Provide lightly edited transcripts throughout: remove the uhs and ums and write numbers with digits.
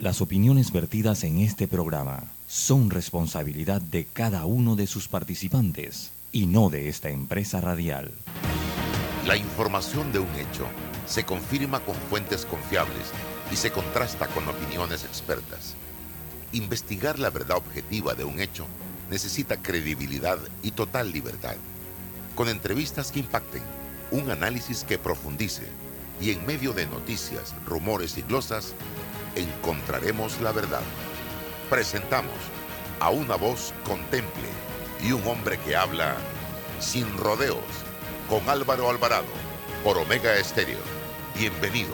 Las opiniones vertidas en este programa son responsabilidad de cada uno de sus participantes y no de esta empresa radial. La información de un hecho se confirma con fuentes confiables y se contrasta con opiniones expertas. Investigar la verdad objetiva de un hecho necesita credibilidad y total libertad. Con entrevistas que impacten, un análisis que profundice y en medio de noticias, rumores y glosas, encontraremos la verdad. Presentamos a una voz contemple y un hombre que habla sin rodeos, con Álvaro Alvarado, por Omega Estéreo. Bienvenidos.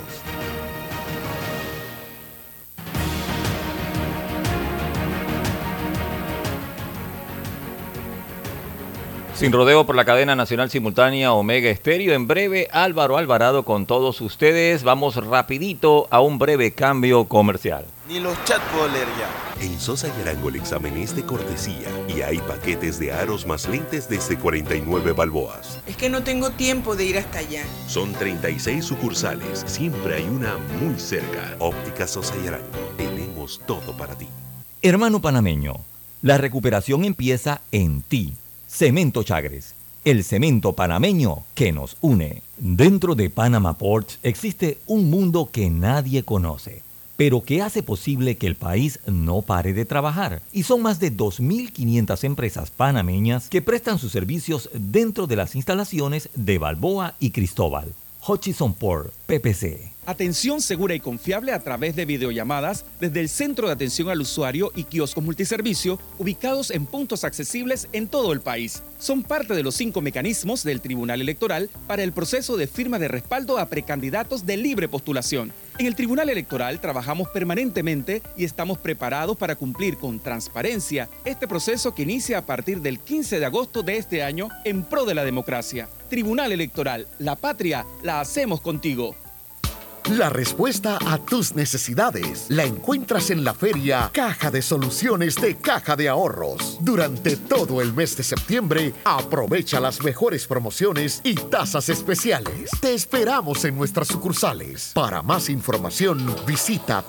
Sin rodeo por la cadena nacional simultánea Omega Estéreo. En breve, Álvaro Alvarado con todos ustedes. Vamos rapidito a un breve cambio comercial. Ni los chats puedo leer ya. En Sosa y Arango el examen es de cortesía y hay paquetes de aros más lentes desde 49 balboas. Es que no tengo tiempo de ir hasta allá. Son 36 sucursales, siempre hay una muy cerca. Óptica Sosa y Arango, tenemos todo para ti. Hermano panameño, la recuperación empieza en ti. Cemento Chagres, el cemento panameño que nos une. Dentro de Panama Ports existe un mundo que nadie conoce, pero que hace posible que el país no pare de trabajar. Y son más de 2.500 empresas panameñas que prestan sus servicios dentro de las instalaciones de Balboa y Cristóbal. Hutchison Port, PPC. Atención segura y confiable a través de videollamadas desde el Centro de Atención al Usuario y kioscos multiservicio ubicados en puntos accesibles en todo el país. Son parte de los 5 mecanismos del Tribunal Electoral para el proceso de firma de respaldo a precandidatos de libre postulación. En el Tribunal Electoral trabajamos permanentemente y estamos preparados para cumplir con transparencia este proceso que inicia a partir del 15 de agosto de este año en pro de la democracia. Tribunal Electoral, la patria la hacemos contigo. La respuesta a tus necesidades la encuentras en la feria Caja de Soluciones de Caja de Ahorros. Durante todo el mes de septiembre, aprovecha las mejores promociones y tasas especiales. Te esperamos en nuestras sucursales. Para más información, visita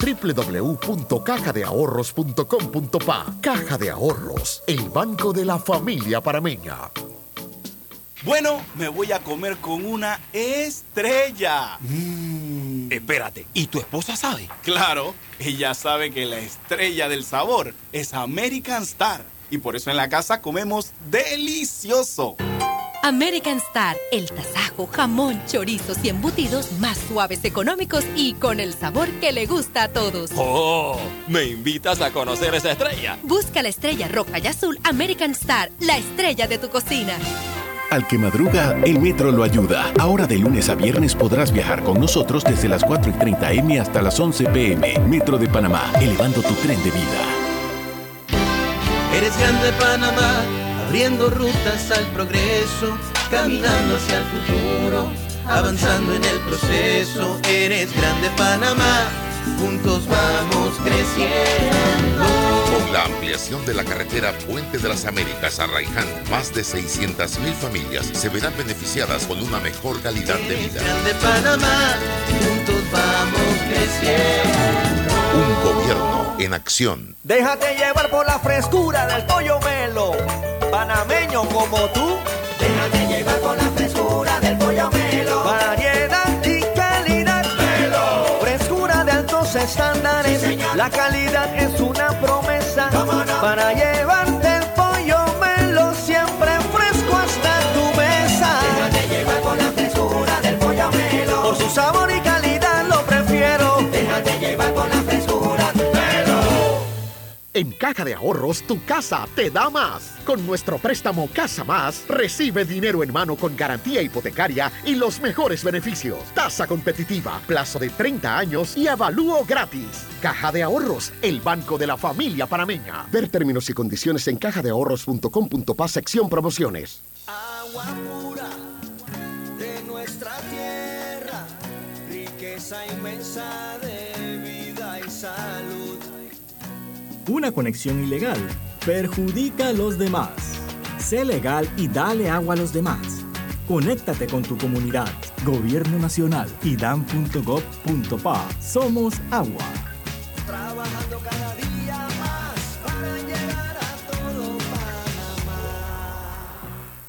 www.cajadeahorros.com.pa. Caja de Ahorros, el banco de la familia panameña. Bueno, me voy a comer con una estrella. Espérate, ¿y tu esposa sabe? Claro, ella sabe que la estrella del sabor es American Star. Y por eso en la casa comemos delicioso. American Star, el tasajo, jamón, chorizos y embutidos más suaves, económicos y con el sabor que le gusta a todos. ¡Oh! ¿Me invitas a conocer esa estrella? Busca la estrella roja y azul American Star, la estrella de tu cocina. Al que madruga, el metro lo ayuda. Ahora de lunes a viernes podrás viajar con nosotros desde las 4:30 am hasta las 11 p.m. Metro de Panamá, elevando tu tren de vida. Eres grande Panamá, abriendo rutas al progreso, caminando hacia el futuro, avanzando en el proceso. Eres grande Panamá, juntos vamos creciendo. Con la ampliación de la carretera Puente de las Américas a Raiján, más de 600,000 familias se verán beneficiadas con una mejor calidad de vida. Grande Panamá, juntos vamos creciendo. Un gobierno en acción. Déjate llevar por la frescura del pollo Melo, panameño como tú. Déjate llevar por la frescura del pollo Melo. Variedad y calidad. Melo. Frescura de altos estándares. Sí, la calidad es una promesa. ¿Cómo no? Para llevarte el pollo Melo siempre fresco hasta tu mesa. Déjate llevar por la frescura del pollo Melo. Por su sabor y calidad lo prefiero. Déjate llevar por la frescura Melo. En Caja de Ahorros, tu casa te da más. Con nuestro préstamo Casa Más, recibe dinero en mano con garantía hipotecaria y los mejores beneficios. Tasa competitiva, plazo de 30 años y avalúo gratis. Caja de Ahorros, el banco de la familia panameña. Ver términos y condiciones en cajadeahorros.com.pa, sección promociones. Agua pura de nuestra tierra, riqueza inmensa de vida y salud. Una conexión ilegal perjudica a los demás. Sé legal y dale agua a los demás. Conéctate con tu comunidad. Gobierno Nacional, idam.gov.pa. Somos agua. trabajando cada día más para llegar a todo Panamá.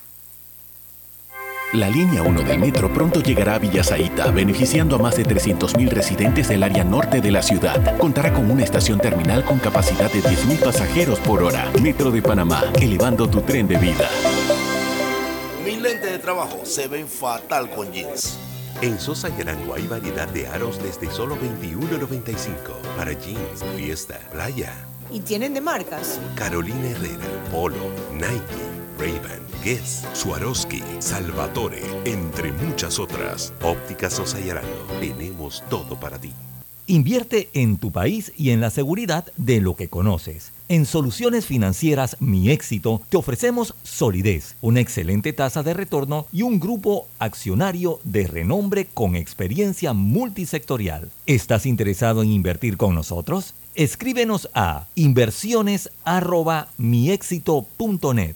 La línea 1 del metro pronto llegará a Villa Zaita, beneficiando a más de 300.000 residentes del área norte de la ciudad. Contará con una estación terminal con capacidad de 10.000 pasajeros por hora. Metro de Panamá, elevando tu tren de vida. Mis lentes de trabajo se ven fatal con jeans. En Sosa y Arango hay variedad de aros desde solo $21.95 para jeans, fiesta, playa. ¿Y tienen de marcas? Carolina Herrera, Polo, Nike, Ray-Ban, Guess, Swarovski, Salvatore, entre muchas otras. Óptica Sosa y Arango, tenemos todo para ti. Invierte en tu país y en la seguridad de lo que conoces. En Soluciones Financieras Mi Éxito te ofrecemos solidez, una excelente tasa de retorno y un grupo accionario de renombre con experiencia multisectorial. ¿Estás interesado en invertir con nosotros? Escríbenos a inversiones@miexito.net.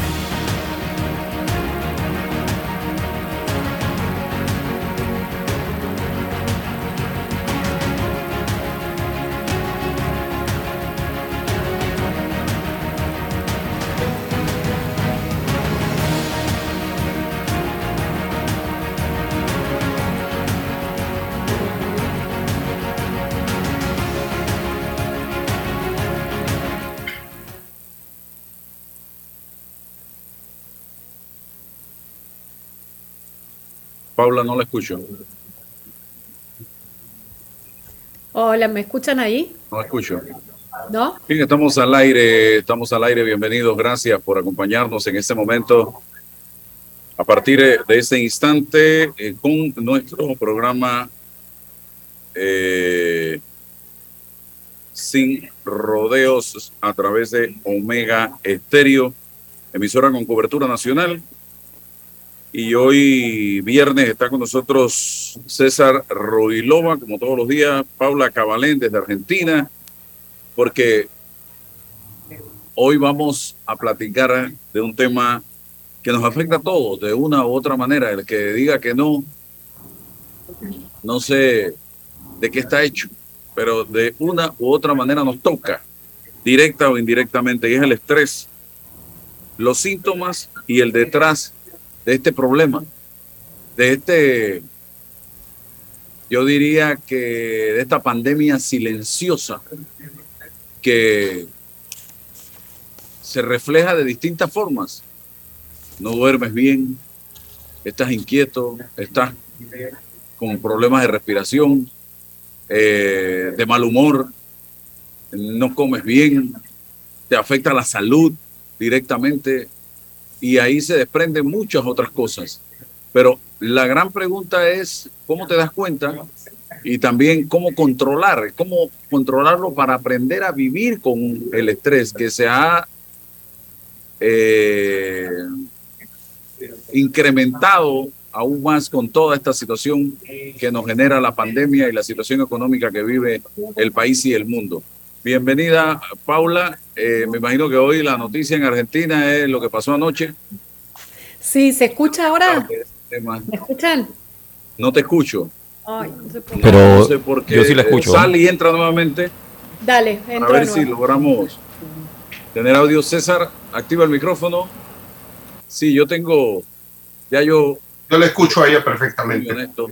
Paula, no la escucho. Hola, ¿me escuchan ahí? No la escucho. ¿No? Bien, estamos al aire, bienvenidos, gracias por acompañarnos en este momento. A partir de este instante, con nuestro programa Sin Rodeos a través de Omega Estéreo, emisora con cobertura nacional. Y hoy viernes está con nosotros César Roilova, como todos los días, Paula Cabalén desde Argentina, porque hoy vamos a platicar de un tema que nos afecta a todos de una u otra manera. El que diga que no sé de qué está hecho, pero de una u otra manera nos toca, directa o indirectamente, y es el estrés, los síntomas y el detrás de este problema, yo diría que de esta pandemia silenciosa que se refleja de distintas formas. No duermes bien, estás inquieto, estás con problemas de respiración, de mal humor, no comes bien, te afecta la salud directamente. Y ahí se desprenden muchas otras cosas. Pero la gran pregunta es cómo te das cuenta y también cómo controlarlo para aprender a vivir con el estrés que se ha incrementado aún más con toda esta situación que nos genera la pandemia y la situación económica que vive el país y el mundo. Bienvenida, Paula. Me imagino que hoy la noticia en Argentina es lo que pasó anoche. Sí, ¿se escucha ahora? ¿Me escuchan? No te escucho. Ay, no sé por qué. Pero no sé por qué. Yo sí la escucho. Sal y entra nuevamente. Dale, entro. A ver si logramos tener audio. César, activa el micrófono. Sí, yo le escucho a ella perfectamente.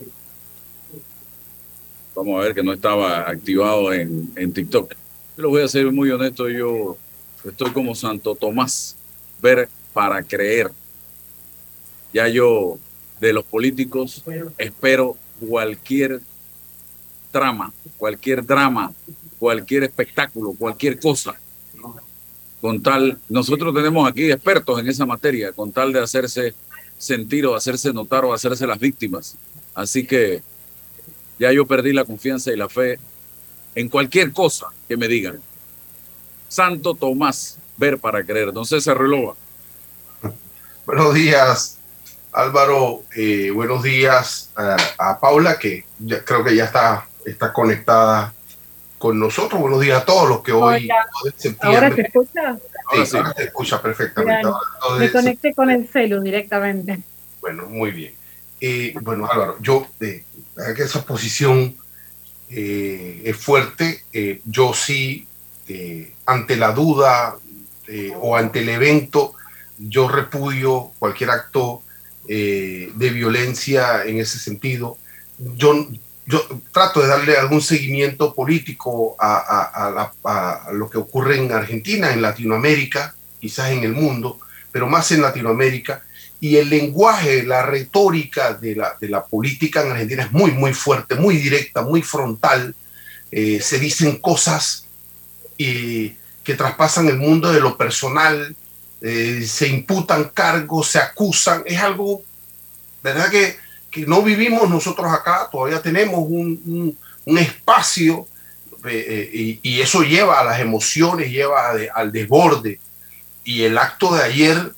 Vamos a ver que no estaba activado en TikTok. Yo lo voy a ser muy honesto, yo estoy como Santo Tomás, ver para creer. Ya yo de los políticos espero cualquier trama, cualquier drama, cualquier espectáculo, cualquier cosa. Con tal, nosotros tenemos aquí expertos en esa materia, con tal de hacerse sentir o hacerse notar o hacerse las víctimas. Así que ya yo perdí la confianza y la fe en cualquier cosa que me digan. Santo Tomás, ver para creer. Don César Roilova. Buenos días, Álvaro. Buenos días a Paula, que creo que ya está conectada con nosotros. Buenos días a todos los que hoy, de septiembre. ¿Ahora te escucha? Sí, ahora te escucha perfectamente. Me conecté con el celu directamente. Bueno, muy bien. Bueno, Álvaro, yo que esa posición es fuerte. Yo sí, ante la duda o ante el evento, yo repudio cualquier acto de violencia en ese sentido. Yo trato de darle algún seguimiento político a lo que ocurre en Argentina, en Latinoamérica, quizás en el mundo, pero más en Latinoamérica. Y el lenguaje, la retórica de la política en Argentina es muy, muy fuerte, muy directa, muy frontal. Se dicen cosas que traspasan el mundo de lo personal, se imputan cargos, se acusan. Es algo, ¿verdad?, que no vivimos nosotros acá. Todavía tenemos un espacio y eso lleva a las emociones, lleva al desborde. Y el acto de ayer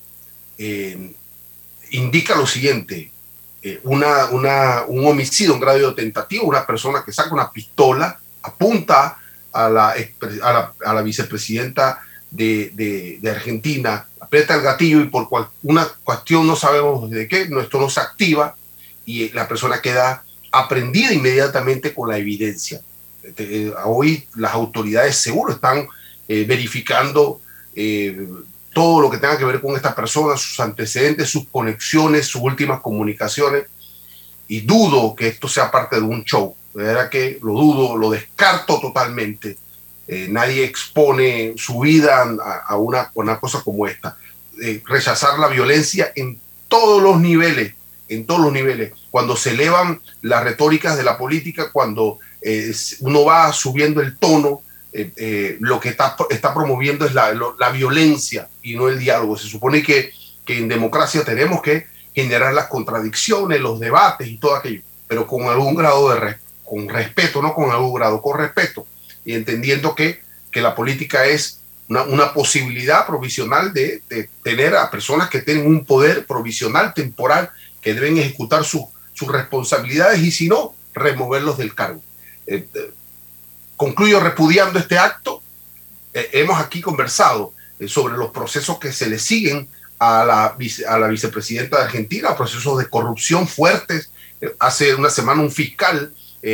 indica lo siguiente: un homicidio, un grado tentativo, una persona que saca una pistola, apunta a la vicepresidenta de Argentina, aprieta el gatillo y por una cuestión, no sabemos de qué, esto no se activa y la persona queda aprendida inmediatamente con la evidencia. Hoy las autoridades seguro están verificando todo lo que tenga que ver con esta persona, sus antecedentes, sus conexiones, sus últimas comunicaciones, y dudo que esto sea parte de un show. De verdad que lo dudo, lo descarto totalmente. Nadie expone su vida a una cosa como esta. Rechazar la violencia en todos los niveles, cuando se elevan las retóricas de la política, cuando uno va subiendo el tono, lo que está promoviendo es la violencia y no el diálogo. Se supone que en democracia tenemos que generar las contradicciones, los debates y todo aquello, pero con algún grado con respeto, no con algún grado, con respeto, y entendiendo que la política es una posibilidad provisional de tener a personas que tienen un poder provisional, temporal, que deben ejecutar sus responsabilidades y si no, removerlos del cargo. Concluyo repudiando este acto. Hemos aquí conversado sobre los procesos que se le siguen a la vicepresidenta de Argentina, procesos de corrupción fuertes. Hace una semana un fiscal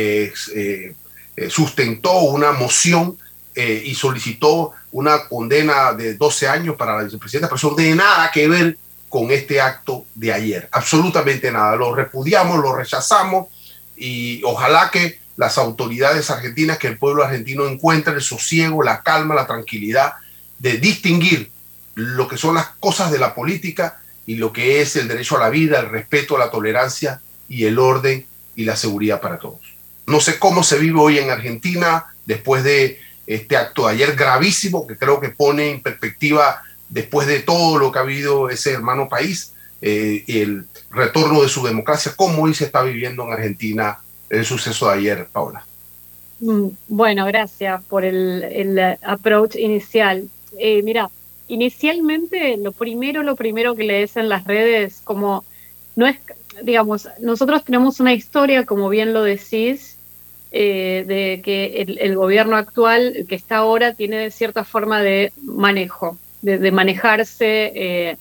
sustentó una moción y solicitó una condena de 12 años para la vicepresidenta, pero eso no tiene nada que ver con este acto de ayer, absolutamente nada. Lo repudiamos, lo rechazamos y ojalá que las autoridades argentinas, que el pueblo argentino encuentre el sosiego, la calma, la tranquilidad de distinguir lo que son las cosas de la política y lo que es el derecho a la vida, el respeto, la tolerancia y el orden y la seguridad para todos. No sé cómo se vive hoy en Argentina después de este acto de ayer gravísimo, que creo que pone en perspectiva, después de todo lo que ha habido ese hermano país, el retorno de su democracia, cómo hoy se está viviendo en Argentina el suceso de ayer, Paula. Bueno, gracias por el approach inicial. Mira, inicialmente lo primero que lees en las redes, como no es, digamos, nosotros tenemos una historia, como bien lo decís, de que el gobierno actual, el que está ahora, tiene cierta forma de manejo, de manejarse,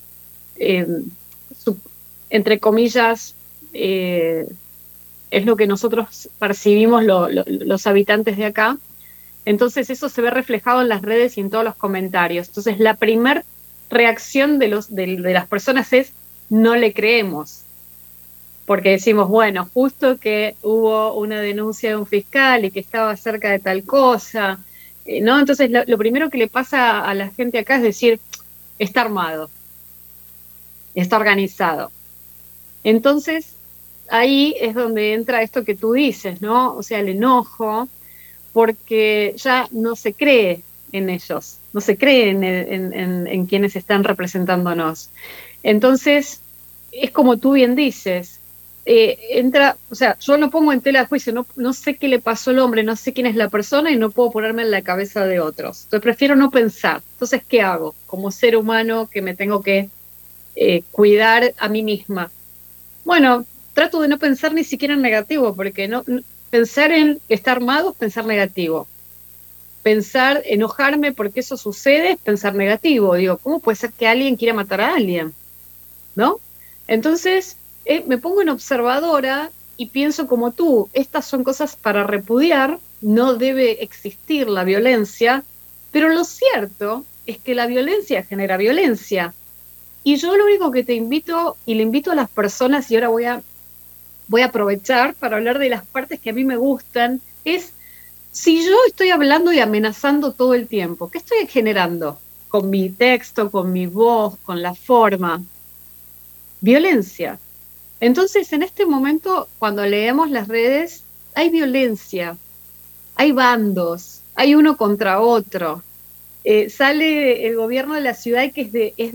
entre comillas, es lo que nosotros percibimos los habitantes de acá. Entonces eso se ve reflejado en las redes y en todos los comentarios. Entonces la primera reacción de las personas es: no le creemos. Porque decimos, bueno, justo que hubo una denuncia de un fiscal y que estaba cerca de tal cosa, ¿no? Entonces lo primero que le pasa a la gente acá es decir, está armado, está organizado. Entonces ahí es donde entra esto que tú dices, ¿no? O sea, el enojo, porque ya no se cree en ellos, no se cree en quienes están representándonos. Entonces, es como tú bien dices, entra, o sea, yo no pongo en tela de juicio, no sé qué le pasó al hombre, no sé quién es la persona y no puedo ponerme en la cabeza de otros. Entonces prefiero no pensar. Entonces, ¿qué hago? Como ser humano que me tengo que cuidar a mí misma. Bueno, trato de no pensar ni siquiera en negativo, porque pensar en estar armado es pensar negativo. Pensar, enojarme porque eso sucede es pensar negativo. Digo, ¿cómo puede ser que alguien quiera matar a alguien? ¿No? Entonces, me pongo en observadora y pienso como tú, estas son cosas para repudiar, no debe existir la violencia, pero lo cierto es que la violencia genera violencia. Y yo lo único que te invito, y le invito a las personas, y ahora voy a aprovechar para hablar de las partes que a mí me gustan, es si yo estoy hablando y amenazando todo el tiempo, ¿qué estoy generando? Con mi texto, con mi voz, con la forma. Violencia. Entonces, en este momento, cuando leemos las redes, hay violencia, hay bandos, hay uno contra otro. Sale el gobierno de la ciudad que es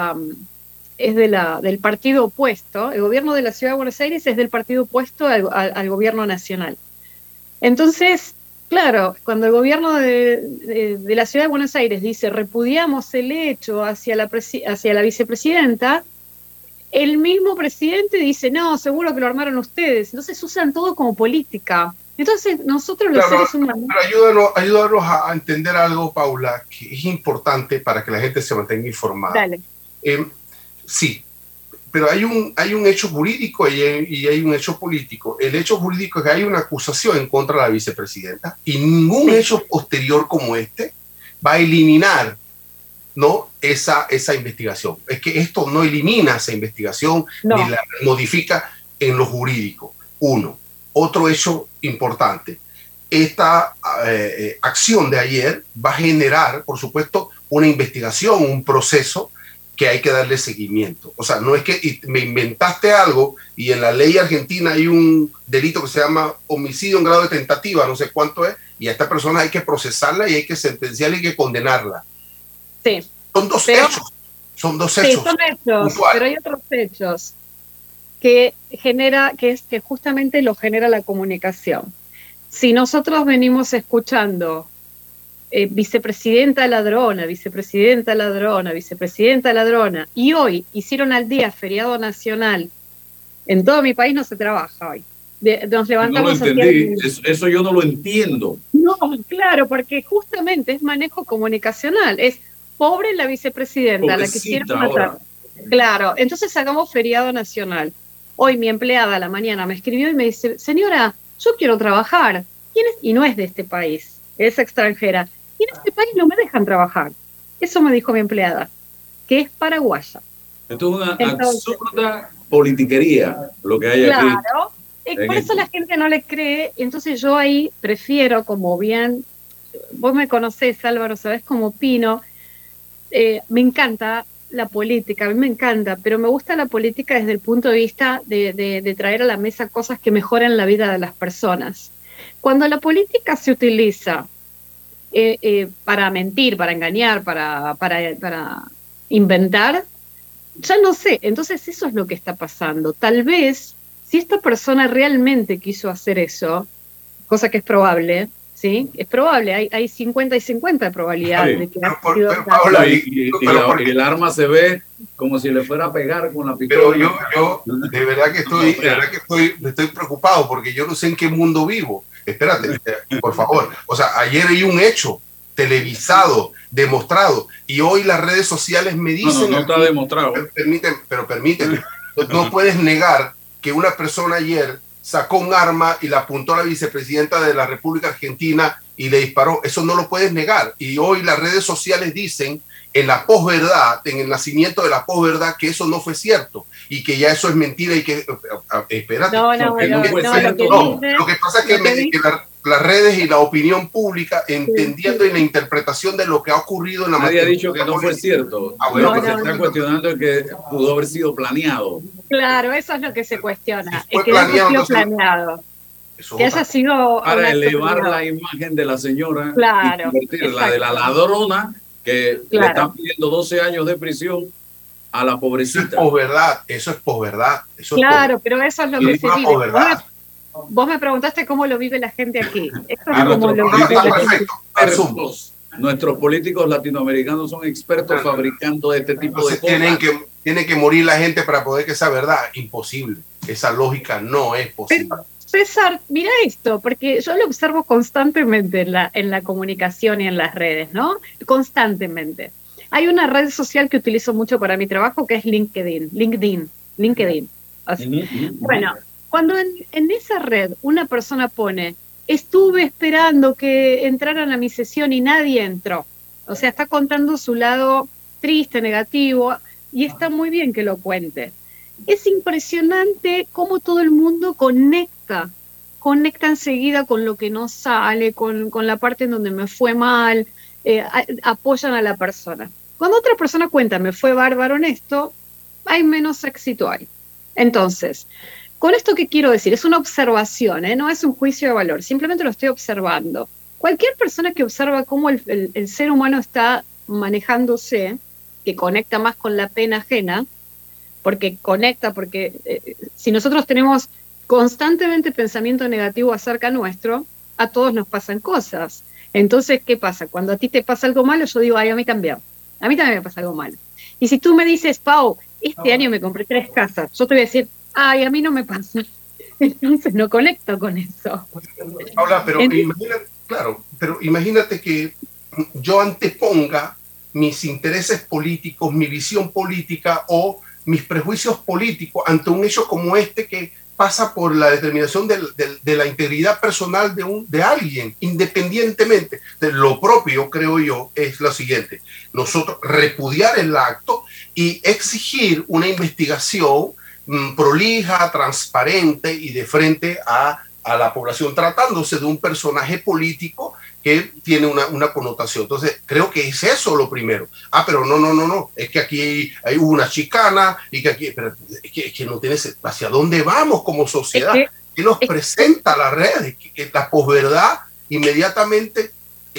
del partido opuesto. El gobierno de la ciudad de Buenos Aires es del partido opuesto al gobierno nacional. Entonces, claro, cuando el gobierno de la ciudad de Buenos Aires dice repudiamos el hecho hacia la vicepresidenta, el mismo presidente dice no, seguro que lo armaron ustedes. Entonces usan todo como política. Entonces nosotros los seres humanos... Pero ayúdanos a entender algo, Paula, que es importante para que la gente se mantenga informada. Dale. Sí, pero hay un hecho jurídico y hay un hecho político. El hecho jurídico es que hay una acusación en contra de la vicepresidenta y ningún hecho posterior como este va a eliminar, ¿no?, esa investigación. Es que esto no elimina esa investigación ni la modifica en lo jurídico. Uno. Otro hecho importante, esta acción de ayer va a generar, por supuesto, una investigación, un proceso que hay que darle seguimiento. O sea, no es que me inventaste algo y en la ley argentina hay un delito que se llama homicidio en grado de tentativa, no sé cuánto es, y a esta persona hay que procesarla y hay que sentenciarla y hay que condenarla. Sí. Son dos hechos. Son dos hechos. Sí, son hechos, pero hay otros hechos que justamente lo genera la comunicación. Si nosotros venimos escuchando vicepresidenta ladrona, vicepresidenta ladrona, vicepresidenta ladrona, y hoy hicieron al día feriado nacional, en todo mi país no se trabaja hoy. Nos levantamos... No lo entendí, eso yo no lo entiendo. No, claro, porque justamente es manejo comunicacional, es pobre la vicepresidenta, pobrecita, la que hicieron matar. Claro, entonces hagamos feriado nacional. Hoy mi empleada a la mañana me escribió y me dice, señora, yo quiero trabajar. ¿Quién es? Y no es de este país, es extranjera. Y en este país no me dejan trabajar. Eso me dijo mi empleada, que es paraguaya. Esto es una absurda politiquería lo que hay aquí. Claro, por eso la gente no le cree. Entonces yo ahí prefiero, como bien, vos me conocés, Álvaro, sabés cómo opino. Me encanta la política, a mí me encanta, pero me gusta la política desde el punto de vista de traer a la mesa cosas que mejoran la vida de las personas. Cuando la política se utiliza para mentir, para engañar, para inventar, ya no sé. Entonces eso es lo que está pasando. Tal vez, si esta persona realmente quiso hacer eso, cosa que es probable, ¿sí? Es probable, hay 50 y 50 de probabilidad de que y el arma se ve como si le fuera a pegar con la pistola. Pero yo de verdad que estoy preocupado porque yo no sé en qué mundo vivo. Espérate, por favor. O sea, ayer hay un hecho televisado, demostrado, y hoy las redes sociales me dicen... No está demostrado. Permíteme. No puedes negar que una persona ayer sacó un arma y la apuntó a la vicepresidenta de la República Argentina y le disparó. Eso no lo puedes negar. Y hoy las redes sociales dicen, en la posverdad, en el nacimiento de la posverdad, que eso no fue cierto y que ya eso es mentira y que... Espérate. Lo que pasa es que las redes y la opinión pública, entendiendo en la interpretación de lo que ha ocurrido en la materia... Nadie ha dicho que no fue cierto. Lo que se está cuestionando es que pudo haber sido planeado. Claro, eso es lo que se cuestiona. Es que haya sido planeado. Que haya sido... Para elevar la imagen de la señora, y convertirla de la ladrona que le están pidiendo 12 años de prisión a la pobrecita. Eso es posverdad. Claro, pero eso es lo que se vive. Vos me preguntaste cómo lo vive la gente aquí. Esto es como lo vive la gente. Nuestros políticos latinoamericanos son expertos fabricando este tipo de cosas. Tiene que morir la gente para poder que sea verdad. Imposible. Esa lógica no es posible. Pero, César, mira esto, porque yo lo observo constantemente en la comunicación y en las redes, ¿no? Constantemente. Hay una red social que utilizo mucho para mi trabajo que es LinkedIn. Así. Bueno, cuando en esa red una persona pone estuve esperando que entraran a mi sesión y nadie entró. O sea, está contando su lado triste, negativo, y está muy bien que lo cuente. Es impresionante cómo todo el mundo conecta enseguida con lo que no sale, con la parte en donde me fue mal, apoyan a la persona. Cuando otra persona cuenta, me fue bárbaro en esto, hay menos éxito ahí. Entonces, con esto que quiero decir, es una observación, no es un juicio de valor, simplemente lo estoy observando. Cualquier persona que observa cómo el ser humano está manejándose, que conecta más con la pena ajena, porque si nosotros tenemos constantemente pensamiento negativo acerca nuestro, a todos nos pasan cosas. Entonces, ¿qué pasa? Cuando a ti te pasa algo malo, yo digo, ay, a mí también me pasa algo malo. Y si tú me dices, Pau, este año me compré 3 casas, yo te voy a decir, ay, a mí no me pasa. Entonces no conecto con eso. Paula, pero imagínate que yo anteponga mis intereses políticos, mi visión política o mis prejuicios políticos ante un hecho como este que pasa por la determinación de la integridad personal de alguien, independientemente de lo propio, creo yo, es lo siguiente. Nosotros repudiar el acto y exigir una investigación prolija, transparente y de frente a la población, tratándose de un personaje político que tiene una connotación. Entonces, creo que es eso lo primero. Pero no, es que aquí hay una chicana y que aquí, pero es que no tiene, ¿hacia dónde vamos como sociedad? ¿Qué nos presenta la red? Que la posverdad inmediatamente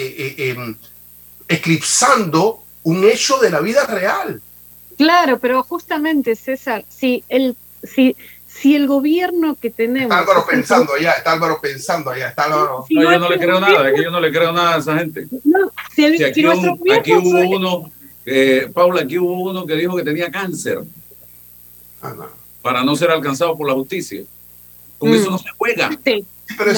eclipsando un hecho de la vida real. Claro, pero justamente, César, si el gobierno que tenemos... Está Álvaro pensando allá. No, yo no le creo nada, es que yo no le creo nada a esa gente. No, aquí hubo uno, Paula, aquí hubo uno que dijo que tenía cáncer para no ser alcanzado por la justicia. Con eso no se juega. Sí. Pero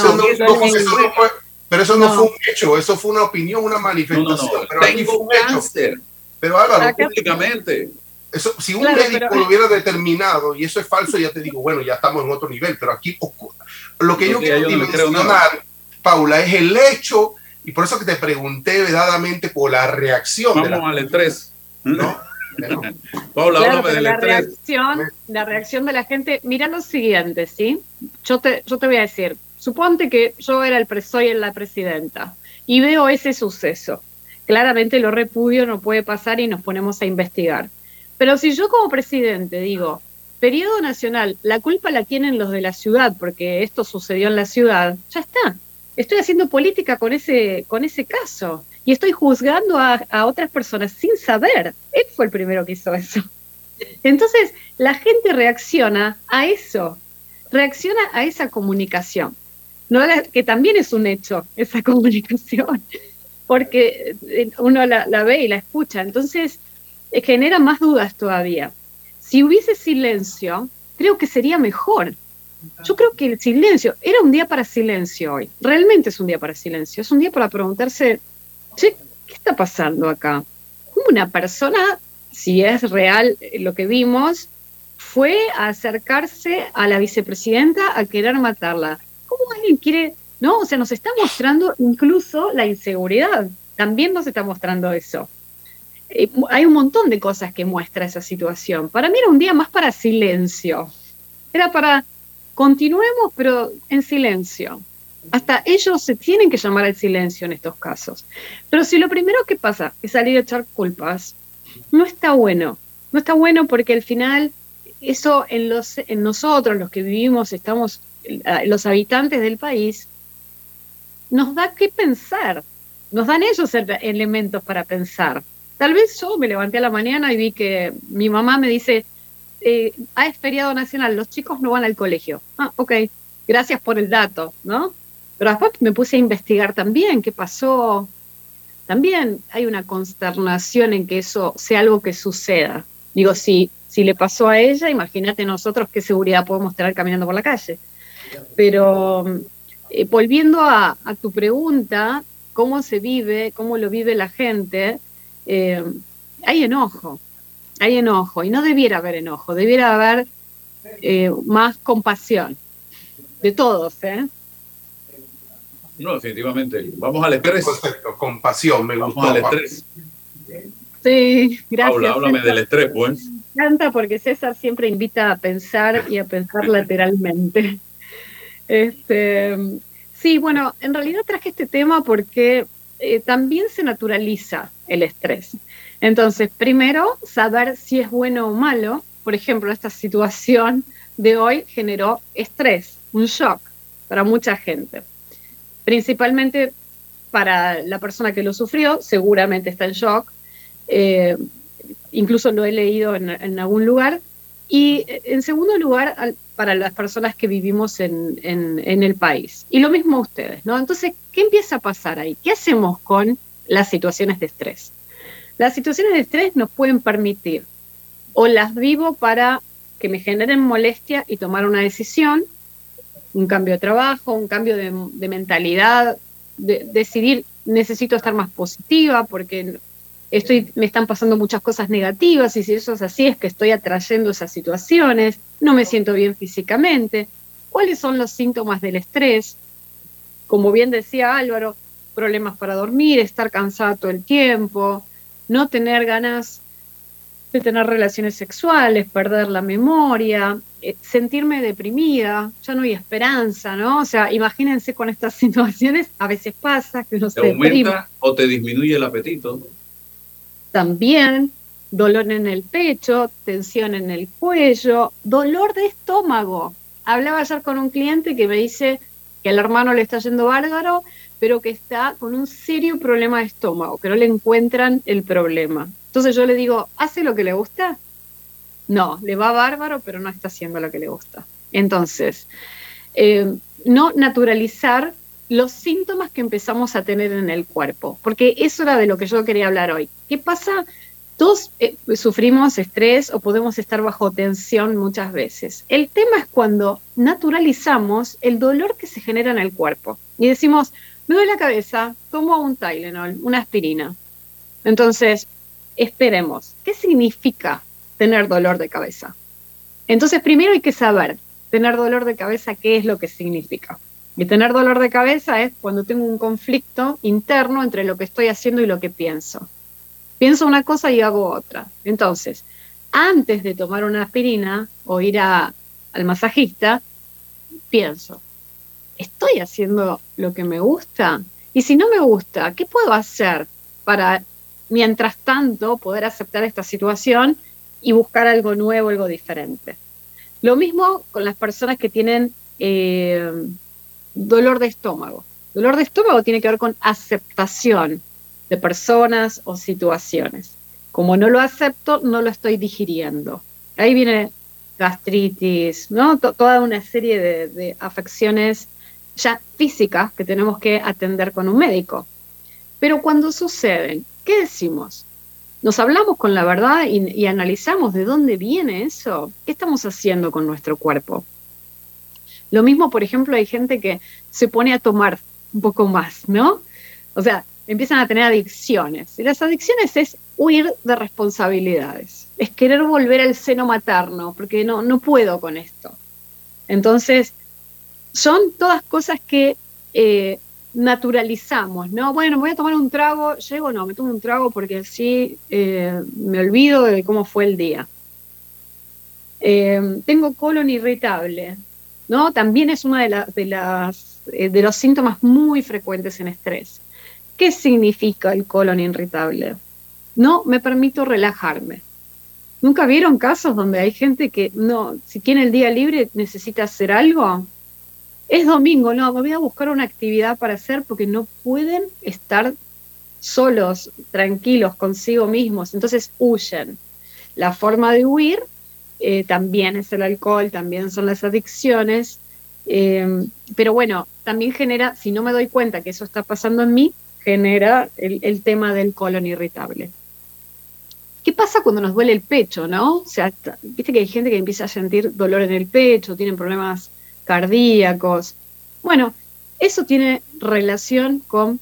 eso no fue un hecho, eso fue una opinión, una manifestación. Pero aquí fue un cáncer. Pero Álvaro, públicamente. Eso, si un médico lo hubiera determinado, y eso es falso, ya te digo, bueno, ya estamos en otro nivel, pero aquí lo que yo quiero dimensionar, Paula, es el hecho, y por eso que te pregunté vedadamente por la reacción. Vamos al estrés. ¿No? Paula, claro, pero la reacción de la gente, mira lo siguiente, ¿sí? Yo te voy a decir, suponte que yo soy la presidenta, y veo ese suceso. Claramente lo repudio, no puede pasar y nos ponemos a investigar. Pero si yo como presidente digo, periodo nacional, la culpa la tienen los de la ciudad, porque esto sucedió en la ciudad, ya está. Estoy haciendo política con ese caso y estoy juzgando a otras personas sin saber. Él fue el primero que hizo eso. Entonces, la gente reacciona a eso, reacciona a esa comunicación, que también es un hecho, esa comunicación, porque uno la ve y la escucha. Entonces, genera más dudas todavía. Si hubiese silencio, creo que sería mejor. Yo creo que el silencio, era un día para silencio hoy, realmente es un día para silencio, es un día para preguntarse, che, ¿qué está pasando acá? ¿Cómo una persona, si es real lo que vimos, fue a acercarse a la vicepresidenta a querer matarla? ¿Cómo alguien quiere? No, o sea, nos está mostrando incluso la inseguridad, también nos está mostrando eso. Hay un montón de cosas que muestra esa situación. Para mí era un día más para silencio. Era para continuemos, pero en silencio. Hasta ellos se tienen que llamar al silencio en estos casos. Pero si lo primero que pasa es salir a echar culpas, no está bueno. No está bueno porque al final eso en nosotros, los que vivimos, estamos, los habitantes del país, nos da que pensar. Nos dan ellos elementos para pensar. Tal vez yo me levanté a la mañana y vi que mi mamá me dice, es feriado nacional, los chicos no van al colegio. Ok, gracias por el dato, ¿no? Pero después me puse a investigar también qué pasó. También hay una consternación en que eso sea algo que suceda. Digo, si le pasó a ella, imagínate nosotros qué seguridad podemos tener caminando por la calle. Pero volviendo a tu pregunta, ¿cómo se vive, cómo lo vive la gente? Hay enojo, y no debiera haber enojo, debiera haber más compasión de todos, No, definitivamente. Vamos al estrés. Perfecto, compasión, me gustó. Vamos al estrés. Sí, gracias. Paula, háblame del estrés, pues. Me encanta porque César siempre invita a pensar y a pensar lateralmente. Sí, bueno, en realidad traje este tema porque también se naturaliza el estrés. Entonces, primero, saber si es bueno o malo. Por ejemplo, esta situación de hoy generó estrés, un shock para mucha gente. Principalmente para la persona que lo sufrió, seguramente está en shock. Incluso lo he leído en algún lugar. Y en segundo lugar, para las personas que vivimos en el país. Y lo mismo ustedes, ¿no? Entonces, ¿qué empieza a pasar ahí? ¿Qué hacemos con las situaciones de estrés? Las situaciones de estrés nos pueden permitir, o las vivo para que me generen molestia y tomar una decisión, un cambio de trabajo, un cambio de mentalidad, decidir, necesito estar más positiva porque me están pasando muchas cosas negativas y si eso es así es que estoy atrayendo esas situaciones, no me siento bien físicamente. ¿Cuáles son los síntomas del estrés? Como bien decía Álvaro, problemas para dormir, estar cansado todo el tiempo, no tener ganas de tener relaciones sexuales, perder la memoria, sentirme deprimida, ya no hay esperanza, ¿no? O sea, imagínense con estas situaciones, a veces pasa que uno se deprime. ¿Te aumenta o te disminuye el apetito? También dolor en el pecho, tensión en el cuello, dolor de estómago. Hablaba ayer con un cliente que me dice que al hermano le está yendo bárbaro, pero que está con un serio problema de estómago, que no le encuentran el problema. Entonces yo le digo, ¿hace lo que le gusta? No, le va bárbaro, pero no está haciendo lo que le gusta. Entonces, no naturalizar los síntomas que empezamos a tener en el cuerpo, porque eso era de lo que yo quería hablar hoy. ¿Qué pasa? Todos sufrimos estrés o podemos estar bajo tensión muchas veces. El tema es cuando naturalizamos el dolor que se genera en el cuerpo y decimos, me duele la cabeza, tomo un Tylenol, una aspirina. Entonces, esperemos, ¿qué significa tener dolor de cabeza? Entonces, primero hay que saber, tener dolor de cabeza, ¿qué es lo que significa? Y tener dolor de cabeza es cuando tengo un conflicto interno entre lo que estoy haciendo y lo que pienso. Pienso una cosa y hago otra. Entonces, antes de tomar una aspirina o ir al masajista, pienso, ¿estoy haciendo lo que me gusta? Y si no me gusta, ¿qué puedo hacer para, mientras tanto, poder aceptar esta situación y buscar algo nuevo, algo diferente? Lo mismo con las personas que tienen dolor de estómago. Dolor de estómago tiene que ver con aceptación de personas o situaciones. Como no lo acepto, no lo estoy digiriendo. Ahí viene gastritis, ¿no? Toda una serie de afecciones ya físicas que tenemos que atender con un médico. Pero cuando suceden, ¿qué decimos? Nos hablamos con la verdad y analizamos de dónde viene eso. ¿Qué estamos haciendo con nuestro cuerpo? Lo mismo, por ejemplo, hay gente que se pone a tomar un poco más, ¿no? O sea, empiezan a tener adicciones. Y las adicciones es huir de responsabilidades. Es querer volver al seno materno, porque no puedo con esto. Entonces, son todas cosas que naturalizamos, ¿no? Bueno, voy a tomar un trago, llego, no, me tomo un trago porque así me olvido de cómo fue el día. Tengo colon irritable, ¿no? También es uno de los síntomas muy frecuentes en estrés. ¿Qué significa el colon irritable? No me permito relajarme. ¿Nunca vieron casos donde hay gente que no, si tiene el día libre necesita hacer algo? Es domingo, no, me voy a buscar una actividad para hacer porque no pueden estar solos, tranquilos consigo mismos, entonces huyen. La forma de huir también es el alcohol, también son las adicciones, pero bueno, también genera, si no me doy cuenta que eso está pasando en mí, genera el tema del colon irritable. ¿Qué pasa cuando nos duele el pecho, no? O sea, viste que hay gente que empieza a sentir dolor en el pecho, tienen problemas cardíacos. Bueno, eso tiene relación con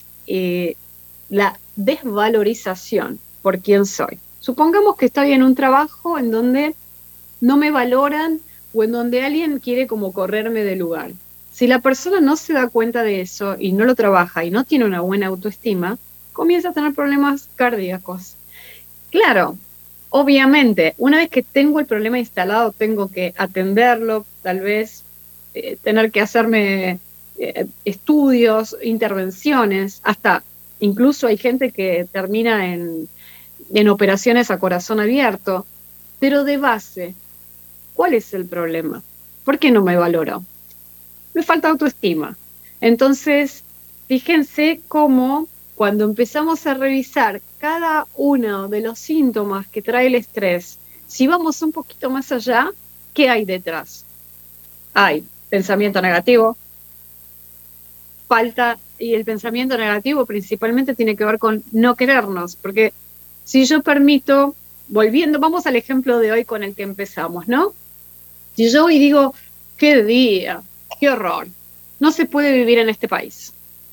la desvalorización por quién soy. Supongamos que estoy en un trabajo en donde no me valoran o en donde alguien quiere como correrme del lugar. Si la persona no se da cuenta de eso y no lo trabaja y no tiene una buena autoestima, comienza a tener problemas cardíacos. Claro, obviamente, una vez que tengo el problema instalado, tengo que atenderlo, tal vez tener que hacerme estudios, intervenciones, hasta incluso hay gente que termina en operaciones a corazón abierto, pero de base, ¿cuál es el problema? ¿Por qué no me valoro? Me falta autoestima. Entonces, fíjense cómo cuando empezamos a revisar cada uno de los síntomas que trae el estrés, si vamos un poquito más allá, ¿qué hay detrás? Hay pensamiento negativo, falta, y el pensamiento negativo principalmente tiene que ver con no querernos, porque si yo permito, volviendo, vamos al ejemplo de hoy con el que empezamos, ¿no? Si yo hoy digo, qué día, qué horror, no se puede vivir en este país.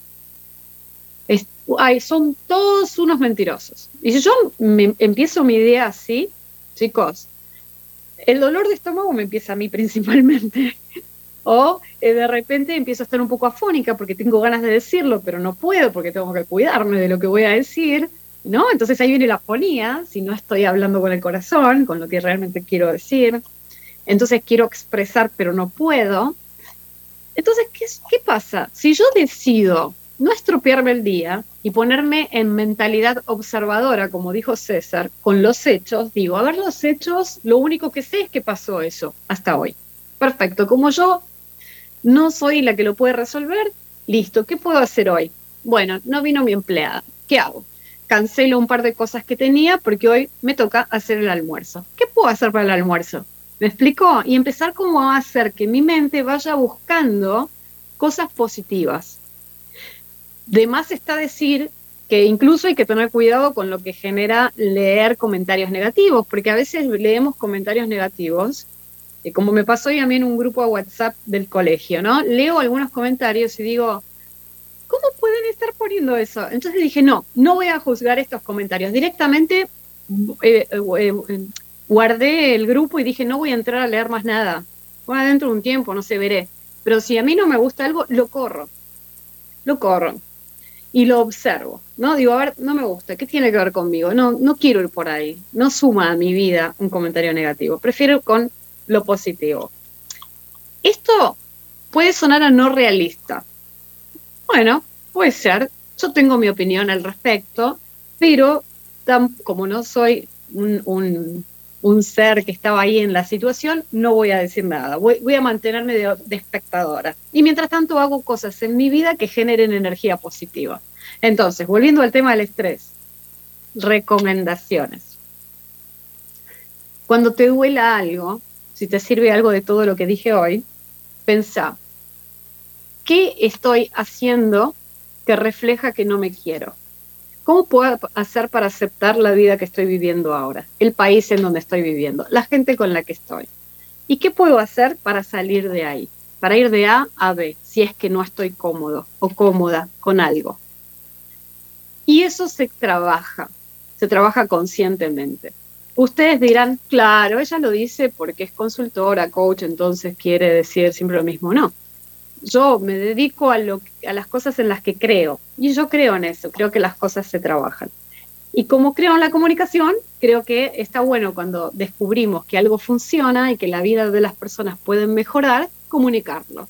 Son todos unos mentirosos. Y si yo empiezo mi idea así, chicos, el dolor de estómago me empieza a mí principalmente. O de repente empiezo a estar un poco afónica porque tengo ganas de decirlo, pero no puedo porque tengo que cuidarme de lo que voy a decir, ¿no? Entonces ahí viene la afonía, si no estoy hablando con el corazón, con lo que realmente quiero decir. Entonces quiero expresar, pero no puedo. Entonces, ¿qué pasa? Si yo decido no estropearme el día y ponerme en mentalidad observadora, como dijo César, con los hechos, digo, a ver los hechos, lo único que sé es que pasó eso hasta hoy. Perfecto, como yo no soy la que lo puede resolver, listo, ¿qué puedo hacer hoy? Bueno, no vino mi empleada, ¿qué hago? Cancelo un par de cosas que tenía porque hoy me toca hacer el almuerzo. ¿Qué puedo hacer para el almuerzo? ¿Me explico? Y empezar como a hacer que mi mente vaya buscando cosas positivas. De más está decir que incluso hay que tener cuidado con lo que genera leer comentarios negativos, porque a veces leemos comentarios negativos, como me pasó hoy a mí en un grupo de WhatsApp del colegio, ¿no? Leo algunos comentarios y digo, ¿cómo pueden estar poniendo eso? Entonces dije, no voy a juzgar estos comentarios. Directamente guardé el grupo y dije, no voy a entrar a leer más nada. Bueno, dentro de un tiempo, no sé, veré. Pero si a mí no me gusta algo, lo corro. Y lo observo, ¿no? Digo, a ver, no me gusta, ¿qué tiene que ver conmigo? No quiero ir por ahí, no suma a mi vida un comentario negativo, prefiero con lo positivo. Esto puede sonar a no realista. Bueno, puede ser, yo tengo mi opinión al respecto, pero como no soy un ser que estaba ahí en la situación, no voy a decir nada, voy a mantenerme de espectadora. Y mientras tanto hago cosas en mi vida que generen energía positiva. Entonces, volviendo al tema del estrés, recomendaciones. Cuando te duela algo, si te sirve algo de todo lo que dije hoy, pensá, ¿qué estoy haciendo que refleja que no me quiero? ¿Cómo puedo hacer para aceptar la vida que estoy viviendo ahora? El país en donde estoy viviendo, la gente con la que estoy. ¿Y qué puedo hacer para salir de ahí? Para ir de A a B, si es que no estoy cómodo o cómoda con algo. Y eso se trabaja conscientemente. Ustedes dirán, claro, ella lo dice porque es consultora, coach, entonces quiere decir siempre lo mismo. No. Yo me dedico a las cosas en las que creo, y yo creo en eso, creo que las cosas se trabajan. Y como creo en la comunicación, creo que está bueno cuando descubrimos que algo funciona y que la vida de las personas pueden mejorar, comunicarlo.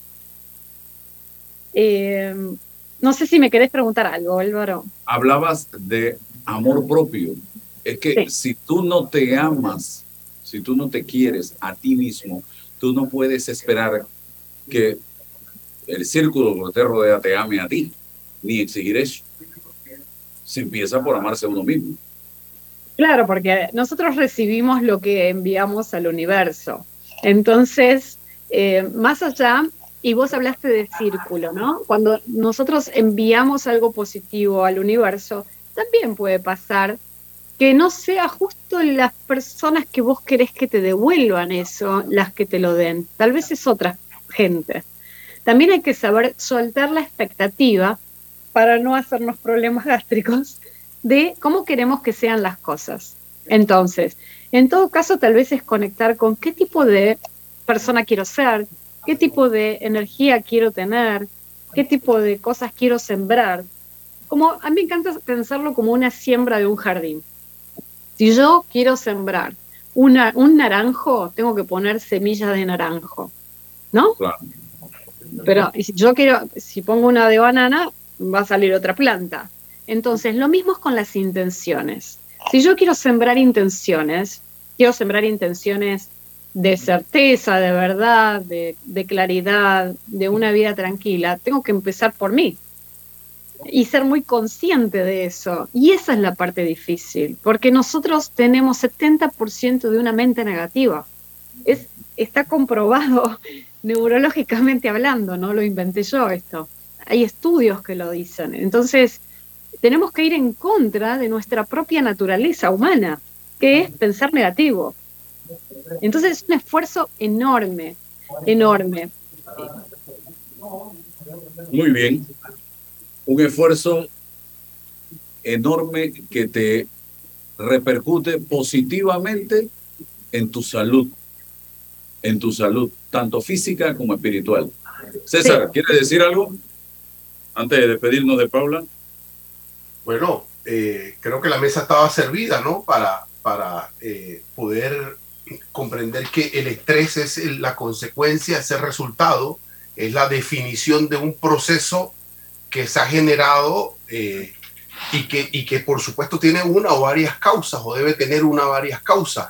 No sé si me querés preguntar algo, Álvaro. Hablabas de amor propio. Es que si tú no te amas, si tú no te quieres a ti mismo, tú no puedes esperar que el círculo que te rodea te ame a ti, ni exigir eso. Se empieza por amarse a uno mismo. Claro, porque nosotros recibimos lo que enviamos al universo. Entonces, más allá, y vos hablaste de círculo, ¿no? Cuando nosotros enviamos algo positivo al universo, también puede pasar que no sea justo las personas que vos querés que te devuelvan eso, las que te lo den. Tal vez es otra gente. También hay que saber soltar la expectativa para no hacernos problemas gástricos de cómo queremos que sean las cosas. Entonces, en todo caso, tal vez es conectar con qué tipo de persona quiero ser, qué tipo de energía quiero tener, qué tipo de cosas quiero sembrar. Como a mí me encanta pensarlo como una siembra de un jardín. Si yo quiero sembrar un naranjo, tengo que poner semillas de naranjo, ¿no? Claro. Pero si pongo una de banana, va a salir otra planta. Entonces, lo mismo es con las intenciones. Si yo quiero sembrar intenciones de certeza, de verdad, de claridad, de una vida tranquila, tengo que empezar por mí y ser muy consciente de eso. Y esa es la parte difícil, porque nosotros tenemos 70% de una mente negativa. Está comprobado neurológicamente hablando, no lo inventé yo esto. Hay estudios que lo dicen. Entonces, tenemos que ir en contra de nuestra propia naturaleza humana, que es pensar negativo. Entonces, es un esfuerzo enorme, enorme. Muy bien. Un esfuerzo enorme que te repercute positivamente en tu salud, tanto física como espiritual. César, sí. ¿Quieres decir algo antes de despedirnos de Paula? Bueno, creo que la mesa estaba servida, ¿no? Para poder comprender que el estrés es la consecuencia, es el resultado, es la definición de un proceso que se ha generado y que por supuesto tiene una o varias causas, o debe tener una o varias causas.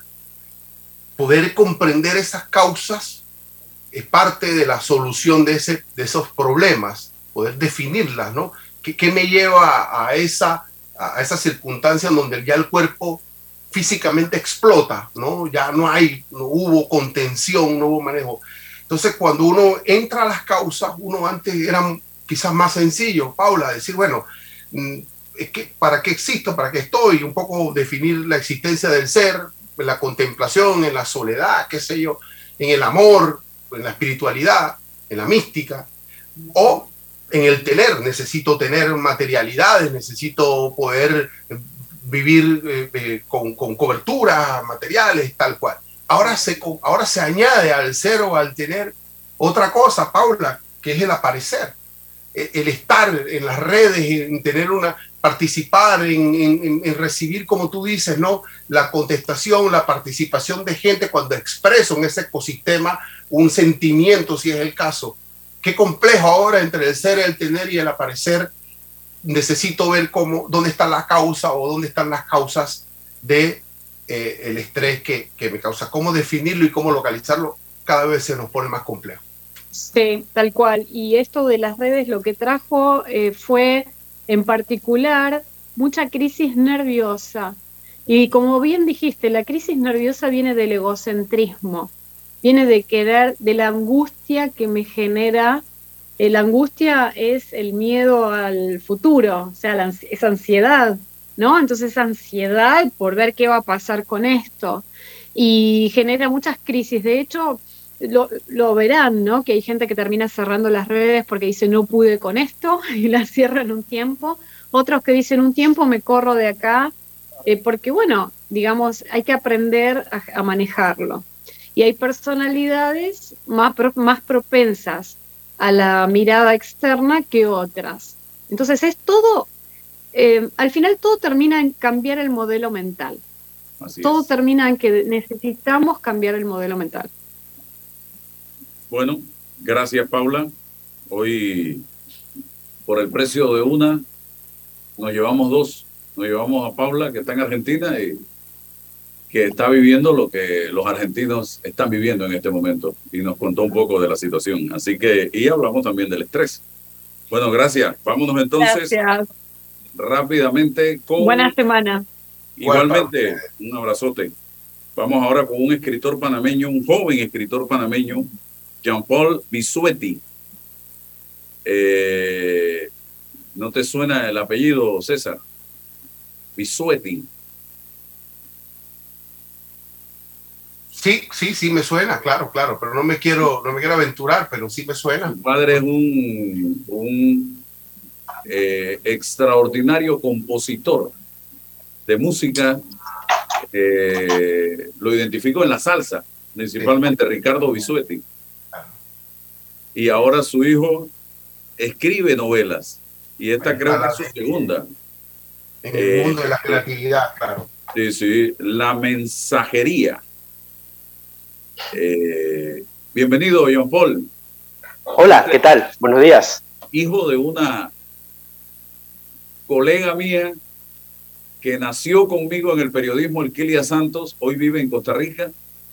Poder comprender esas causas es parte de la solución de esos problemas, poder definirlas, ¿no? ¿Qué me lleva a esa circunstancia en donde ya el cuerpo físicamente explota, ¿no? Ya no hubo contención, no hubo manejo. Entonces, cuando uno entra a las causas, uno antes era quizás más sencillo, Paula, decir, bueno, ¿para qué existo? ¿Para qué estoy? Un poco definir la existencia del ser, en la contemplación, en la soledad, qué sé yo, en el amor, en la espiritualidad, en la mística, o en el tener. Necesito tener materialidades, necesito poder vivir con cobertura, materiales, tal cual. Ahora se añade al ser o al tener otra cosa, Paula, que es el aparecer, el estar en las redes, en tener participar, en recibir, como tú dices, ¿no? La contestación, la participación de gente cuando expreso en ese ecosistema un sentimiento, si es el caso. Qué complejo ahora entre el ser, el tener y el aparecer. Necesito ver dónde está la causa o dónde están las causas de el estrés que me causa. Cómo definirlo y cómo localizarlo cada vez se nos pone más complejo. Sí, tal cual. Y esto de las redes lo que trajo fue, en particular, mucha crisis nerviosa. Y como bien dijiste, la crisis nerviosa viene del egocentrismo, viene de la angustia que me genera. La angustia es el miedo al futuro, o sea, es ansiedad, ¿no? Entonces, esa ansiedad por ver qué va a pasar con esto. Y genera muchas crisis. De hecho, lo verán, ¿no? Que hay gente que termina cerrando las redes porque dice no pude con esto y las cierran un tiempo. Otros que dicen un tiempo me corro de acá, porque bueno, digamos, hay que aprender a manejarlo. Y hay personalidades más propensas a la mirada externa que otras. Entonces es todo, al final todo termina en cambiar el modelo mental. Todo termina en que necesitamos cambiar el modelo mental. Bueno, gracias Paula. Hoy por el precio de una nos llevamos dos. Nos llevamos a Paula, que está en Argentina y que está viviendo lo que los argentinos están viviendo en este momento, y nos contó un poco de la situación. Así que, y hablamos también del estrés. Bueno, gracias. Vámonos entonces rápidamente con... Buena semana. Igualmente, un abrazote. Vamos ahora con un escritor panameño, un joven escritor panameño, Jean-Paul Bisuetti. ¿No te suena el apellido, César? Bisuetti. Sí, me suena, claro, pero no me quiero aventurar, pero sí me suena. Su padre es un extraordinario compositor de música, lo identificó en la salsa, principalmente Ricardo Bisuetti. y ahora su hijo escribe novelas. Y esta creo que es su segunda. En el mundo de la creatividad, claro. Sí, sí. La mensajería. Bienvenido, Jean Paul. Hola, ¿qué tal? Buenos días. Hijo de una colega mía que nació conmigo en el periodismo, Elquilia Santos, hoy vive en Costa Rica,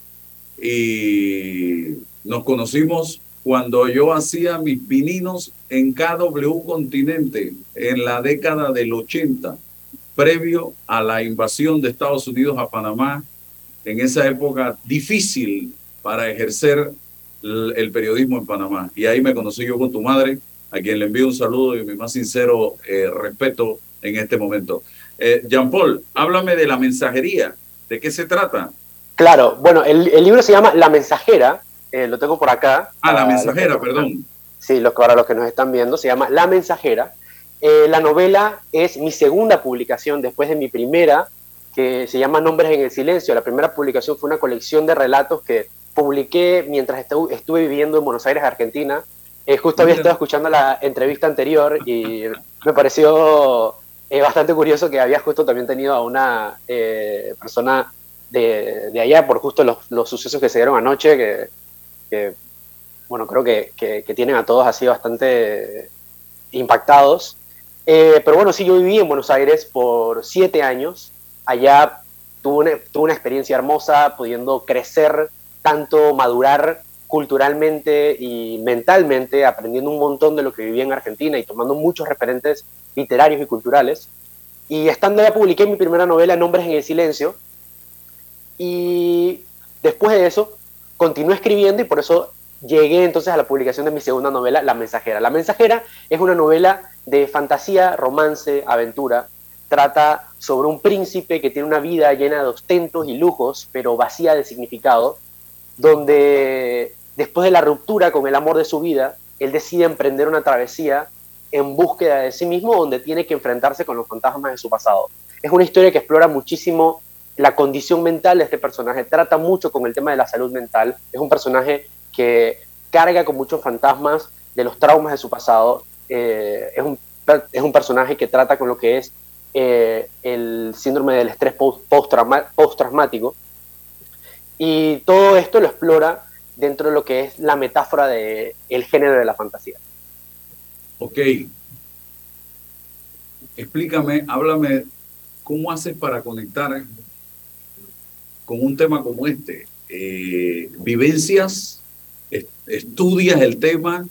y nos conocimos cuando yo hacía mis pininos en KW Continente en la década del 80, previo a la invasión de Estados Unidos a Panamá, en esa época difícil para ejercer el periodismo en Panamá. Y ahí me conocí yo con tu madre, a quien le envío un saludo y mi más sincero respeto en este momento. Jean Paul, háblame de la mensajería. ¿De qué se trata? Claro, bueno, el libro se llama La Mensajera, lo tengo por acá. La Mensajera, perdón. Sí, para los que nos están viendo, se llama La Mensajera. La novela es mi segunda publicación después de mi primera, que se llama Nombres en el Silencio. La primera publicación fue una colección de relatos que publiqué mientras estuve viviendo en Buenos Aires, Argentina. Justo había estado escuchando la entrevista anterior y me pareció bastante curioso que había justo también tenido a una persona de allá por justo los sucesos que se dieron anoche, que bueno, creo que tienen a todos así bastante impactados. Pero bueno, sí, yo viví en Buenos Aires por 7 años. Allá tuve una experiencia hermosa, pudiendo crecer tanto, madurar culturalmente y mentalmente, aprendiendo un montón de lo que vivía en Argentina y tomando muchos referentes literarios y culturales. Y estando allá publiqué mi primera novela, Nombres en el Silencio, y después de eso continué escribiendo y por eso llegué entonces a la publicación de mi segunda novela, La Mensajera. La Mensajera es una novela de fantasía, romance, aventura. Trata sobre un príncipe que tiene una vida llena de ostentos y lujos, pero vacía de significado, donde después de la ruptura con el amor de su vida, él decide emprender una travesía en búsqueda de sí mismo, donde tiene que enfrentarse con los fantasmas de su pasado. Es una historia que explora muchísimo la condición mental de este personaje, trata mucho con el tema de la salud mental. Es un personaje que carga con muchos fantasmas de los traumas de su pasado. Es un personaje que trata con lo que es el síndrome del estrés postraumático, y todo esto lo explora dentro de lo que es la metáfora del género de la fantasía. Ok. Explícame, háblame, ¿cómo haces para conectar con un tema como este? ¿Vivencias? ¿Estudias el tema?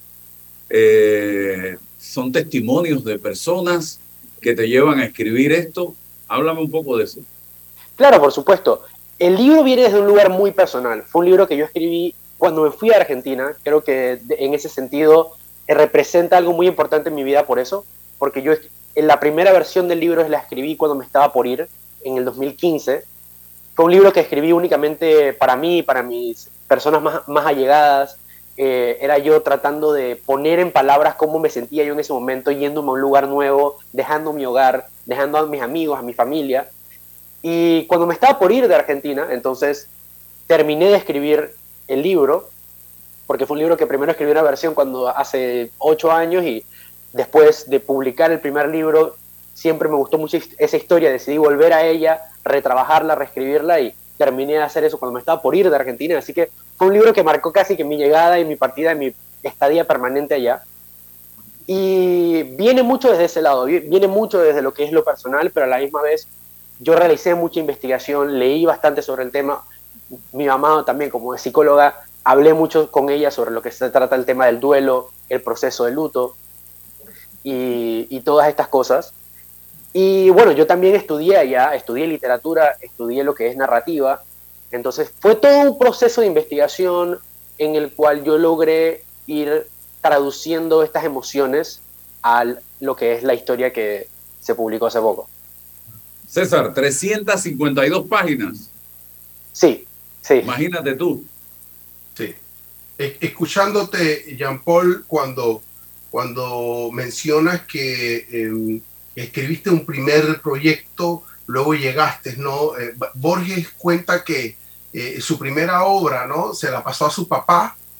¿Son testimonios de personas que te llevan a escribir esto? Háblame un poco de eso. Claro, por supuesto. El libro viene desde un lugar muy personal. Fue un libro que yo escribí cuando me fui a Argentina. Creo que en ese sentido representa algo muy importante en mi vida por eso, porque yo en la primera versión del libro la escribí cuando me estaba por ir, en el 2015. Fue un libro que escribí únicamente para mí, para mis personas más allegadas. Era yo tratando de poner en palabras cómo me sentía yo en ese momento, yéndome a un lugar nuevo, dejando mi hogar, dejando a mis amigos, a mi familia. Y cuando me estaba por ir de Argentina, entonces terminé de escribir el libro, porque fue un libro que primero escribí una versión cuando hace 8 años, y después de publicar el primer libro siempre me gustó mucho esa historia, decidí volver a ella, retrabajarla, reescribirla, y terminé de hacer eso cuando me estaba por ir de Argentina. Así que fue un libro que marcó casi que mi llegada y mi partida, mi estadía permanente allá. Y viene mucho desde ese lado, viene mucho desde lo que es lo personal, pero a la misma vez yo realicé mucha investigación, leí bastante sobre el tema. Mi mamá también, como es psicóloga, hablé mucho con ella sobre lo que se trata el tema del duelo, el proceso de luto y todas estas cosas. Y bueno, yo también estudié allá, estudié literatura, estudié lo que es narrativa. Entonces fue todo un proceso de investigación en el cual yo logré ir traduciendo estas emociones a lo que es la historia que se publicó hace poco. César, 352 páginas. Sí, sí. Imagínate tú. Sí. Escuchándote, Jean Paul, cuando mencionas que escribiste un primer proyecto, luego llegaste, ¿no? Borges cuenta que su primera obra, ¿no? Se la pasó a su papá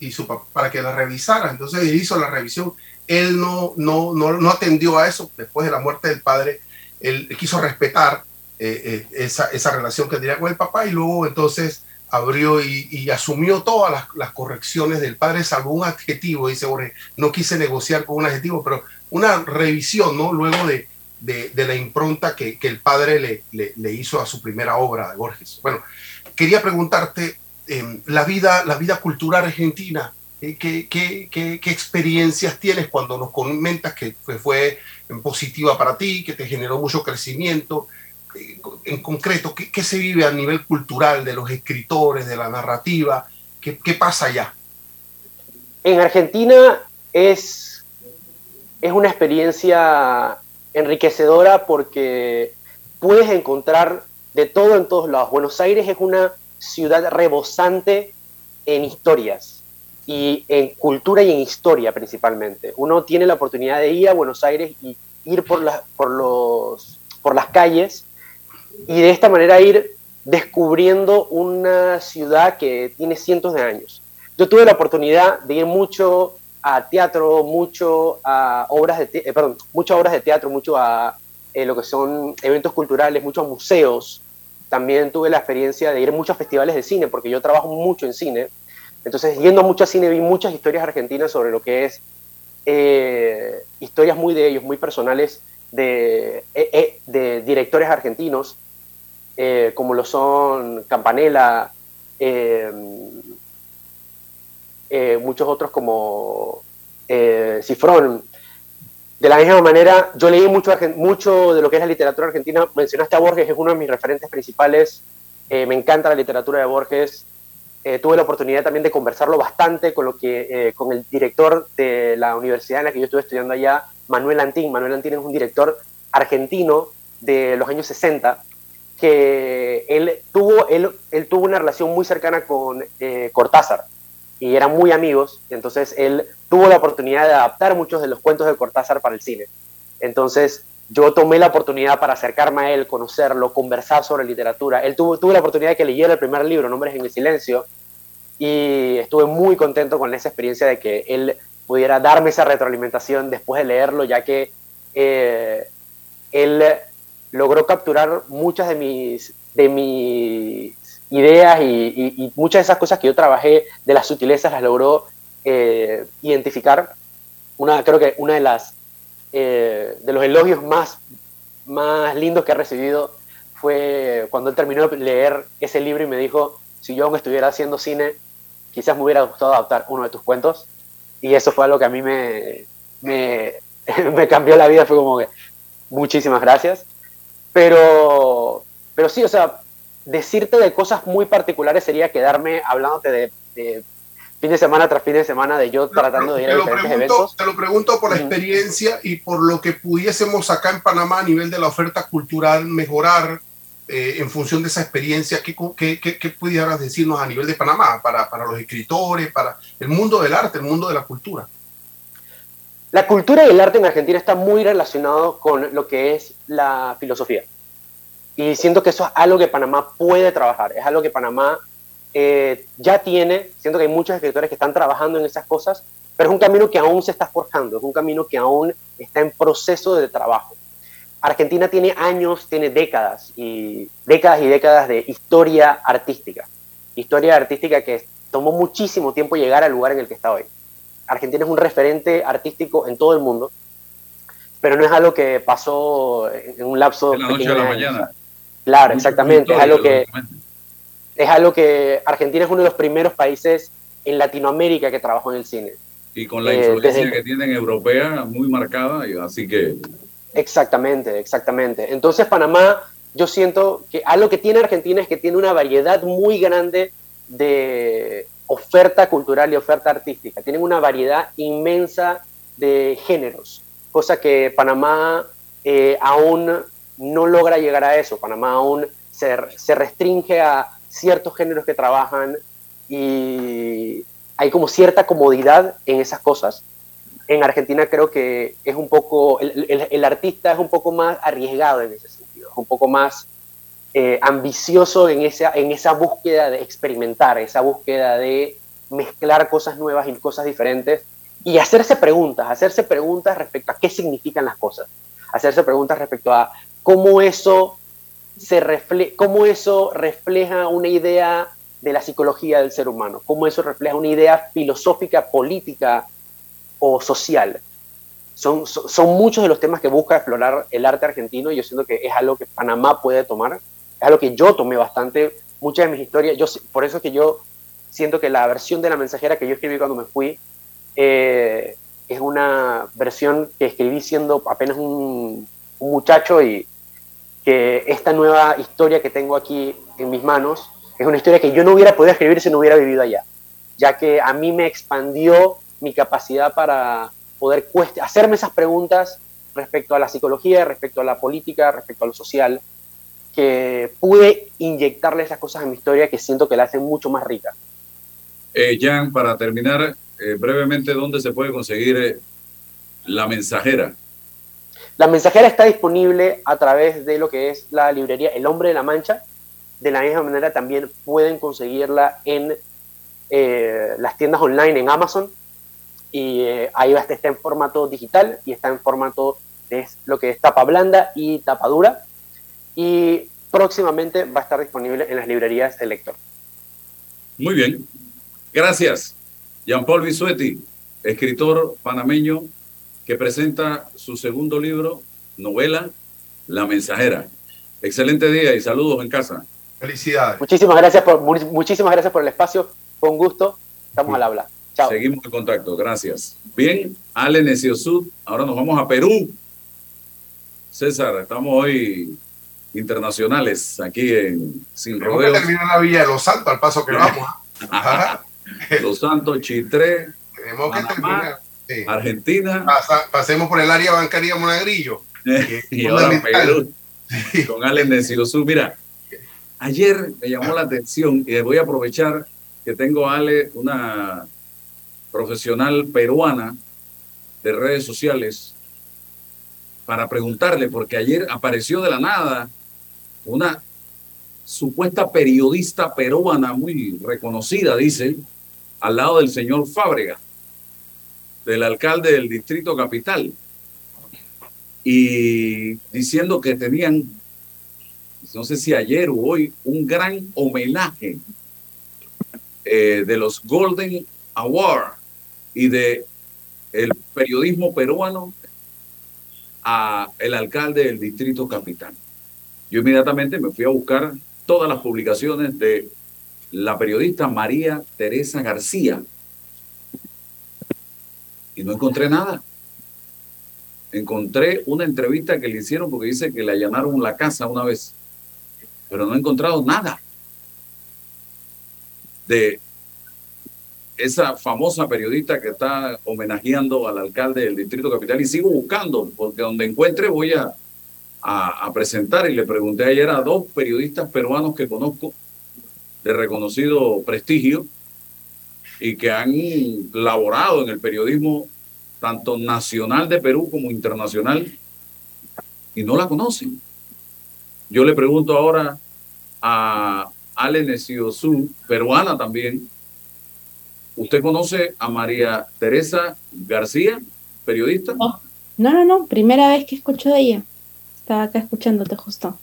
y su papá para que la revisara. Entonces él hizo la revisión. Él no atendió a eso. Después de la muerte del padre, él quiso respetar esa relación que tenía con el papá, y luego entonces abrió y asumió todas las correcciones del padre, salvo un adjetivo. Dice Borges, no quise negociar con un adjetivo, pero una revisión, ¿no? Luego de la impronta que el padre le hizo a su primera obra de Borges. Bueno, quería preguntarte, la vida cultural argentina, ¿qué experiencias tienes cuando nos comentas que fue positiva para ti, que te generó mucho crecimiento? En concreto, ¿qué se vive a nivel cultural de los escritores, de la narrativa? ¿Qué pasa allá? En Argentina es una experiencia enriquecedora porque puedes encontrar de todo en todos lados. Buenos Aires es una ciudad rebosante en historias y en cultura y en historia principalmente. Uno tiene la oportunidad de ir a Buenos Aires y ir por las calles y de esta manera ir descubriendo una ciudad que tiene cientos de años. Yo tuve la oportunidad de ir mucho a teatro, mucho a obras muchas obras de teatro, mucho a lo que son eventos culturales, muchos museos. También tuve la experiencia de ir a muchos festivales de cine, porque yo trabajo mucho en cine. Entonces, yendo mucho a cine, vi muchas historias argentinas sobre lo que es historias muy de ellos, muy personales, de directores argentinos, como lo son Campanella, muchos otros como Cifrón. De la misma manera, yo leí mucho de lo que es la literatura argentina. Mencionaste a Borges, es uno de mis referentes principales. Me encanta la literatura de Borges. Tuve la oportunidad también de conversarlo bastante con el director de la universidad en la que yo estuve estudiando allá, Manuel Antín. Manuel Antín es un director argentino de los años 60, que él tuvo una relación muy cercana con Cortázar, y eran muy amigos. Entonces él tuvo la oportunidad de adaptar muchos de los cuentos de Cortázar para el cine. Entonces yo tomé la oportunidad para acercarme a él, conocerlo, conversar sobre literatura. Tuve la oportunidad de que leyera el primer libro, Nombres en el Silencio, y estuve muy contento con esa experiencia de que él pudiera darme esa retroalimentación después de leerlo, ya que él logró capturar muchas de mis ideas y muchas de esas cosas que yo trabajé, de las sutilezas, las logró identificar. Creo que una de los elogios más lindos que he recibido fue cuando él terminó de leer ese libro y me dijo, si yo aún estuviera haciendo cine, quizás me hubiera gustado adaptar uno de tus cuentos. Y eso fue algo que a mí me cambió la vida. Fue como que muchísimas gracias. Pero sí, o sea, decirte de cosas muy particulares sería quedarme hablándote de fin de semana tras fin de semana, de yo tratando de ir a diferentes eventos. Te lo pregunto por la experiencia y por lo que pudiésemos acá en Panamá a nivel de la oferta cultural mejorar en función de esa experiencia. ¿Qué pudieras decirnos a nivel de Panamá para los escritores, para el mundo del arte, el mundo de la cultura? La cultura y el arte en Argentina está muy relacionado con lo que es la filosofía. Y siento que eso es algo que Panamá puede trabajar, es algo que Panamá ya tiene. Siento que hay muchos escritores que están trabajando en esas cosas, pero es un camino que aún se está forjando, es un camino que aún está en proceso de trabajo. Argentina tiene años, tiene décadas y décadas de historia artística que tomó muchísimo tiempo llegar al lugar en el que está hoy. Argentina es un referente artístico en todo el mundo, pero no es algo que pasó en un lapso de la noche a la mañana. Claro, exactamente. Es algo que Argentina es uno de los primeros países en Latinoamérica que trabajó en el cine. Y con la influencia que tienen europea muy marcada, así que... Exactamente. Entonces Panamá, yo siento que algo que tiene Argentina es que tiene una variedad muy grande de oferta cultural y oferta artística. Tienen una variedad inmensa de géneros, cosa que Panamá aún no logra llegar a eso. Panamá aún se restringe a ciertos géneros que trabajan y hay como cierta comodidad en esas cosas. En Argentina creo que es un poco, el artista es un poco más arriesgado en ese sentido, es un poco más ambicioso en esa búsqueda de experimentar, esa búsqueda de mezclar cosas nuevas y cosas diferentes y hacerse preguntas respecto a qué significan las cosas, hacerse preguntas respecto a cómo eso refleja una idea de la psicología del ser humano, cómo eso refleja una idea filosófica, política o social. Son muchos de los temas que busca explorar el arte argentino y yo siento que es algo que Panamá puede tomar, es algo que yo tomé bastante, muchas de mis historias, por eso es que yo siento que la versión de La Mensajera que yo escribí cuando me fui es una versión que escribí siendo apenas un muchacho y que esta nueva historia que tengo aquí en mis manos es una historia que yo no hubiera podido escribir si no hubiera vivido allá, ya que a mí me expandió mi capacidad para poder hacerme esas preguntas respecto a la psicología, respecto a la política, respecto a lo social, que pude inyectarle esas cosas en mi historia que siento que la hacen mucho más rica. Jan, para terminar, brevemente, ¿dónde se puede conseguir La Mensajera? La Mensajera está disponible a través de lo que es la librería El Hombre de la Mancha. De la misma manera también pueden conseguirla en las tiendas online en Amazon y ahí está en formato digital y está en formato de lo que es tapa blanda y tapa dura y próximamente va a estar disponible en las librerías del lector. Muy bien, gracias. Jean-Paul Bisuetti, escritor panameño que presenta su segundo libro, novela, La Mensajera. Excelente día y saludos en casa. Felicidades. Muchísimas gracias por el espacio. Fue un gusto. Estamos al habla. Chao. Seguimos en contacto. Gracias. Bien, Ale Neciosud. Ahora nos vamos a Perú. César, estamos hoy internacionales aquí en Sin Rodeos. Tenemos que terminar la Villa de Los Santos al paso que vamos. Los Santos, Chitré, Tenemos que terminar. Sí. Argentina. Pasemos por el área bancaria Monagrillo. Y ahora Perú. Sí. Con Ale Neciosud. Mira, ayer me llamó la atención y voy a aprovechar que tengo a Ale, una profesional peruana de redes sociales, para preguntarle, porque ayer apareció de la nada una supuesta periodista peruana muy reconocida, dice, al lado del señor Fábrega, del alcalde del Distrito Capital, y diciendo que tenían, no sé si ayer o hoy, un gran homenaje de los Golden Awards y de el periodismo peruano a el alcalde del Distrito Capital. Yo inmediatamente me fui a buscar todas las publicaciones de la periodista María Teresa García y no encontré nada. Encontré una entrevista que le hicieron porque dice que le allanaron la casa una vez, pero no he encontrado nada de esa famosa periodista que está homenajeando al alcalde del Distrito Capital, y sigo buscando, porque donde encuentre voy a presentar. Y le pregunté ayer a 2 periodistas peruanos que conozco de reconocido prestigio y que han laborado en el periodismo tanto nacional de Perú como internacional, y no la conocen. Yo le pregunto ahora a Ale Neciosud, peruana también, ¿usted conoce a María Teresa García, periodista? No, primera vez que escucho de ella. Estaba acá escuchándote justo.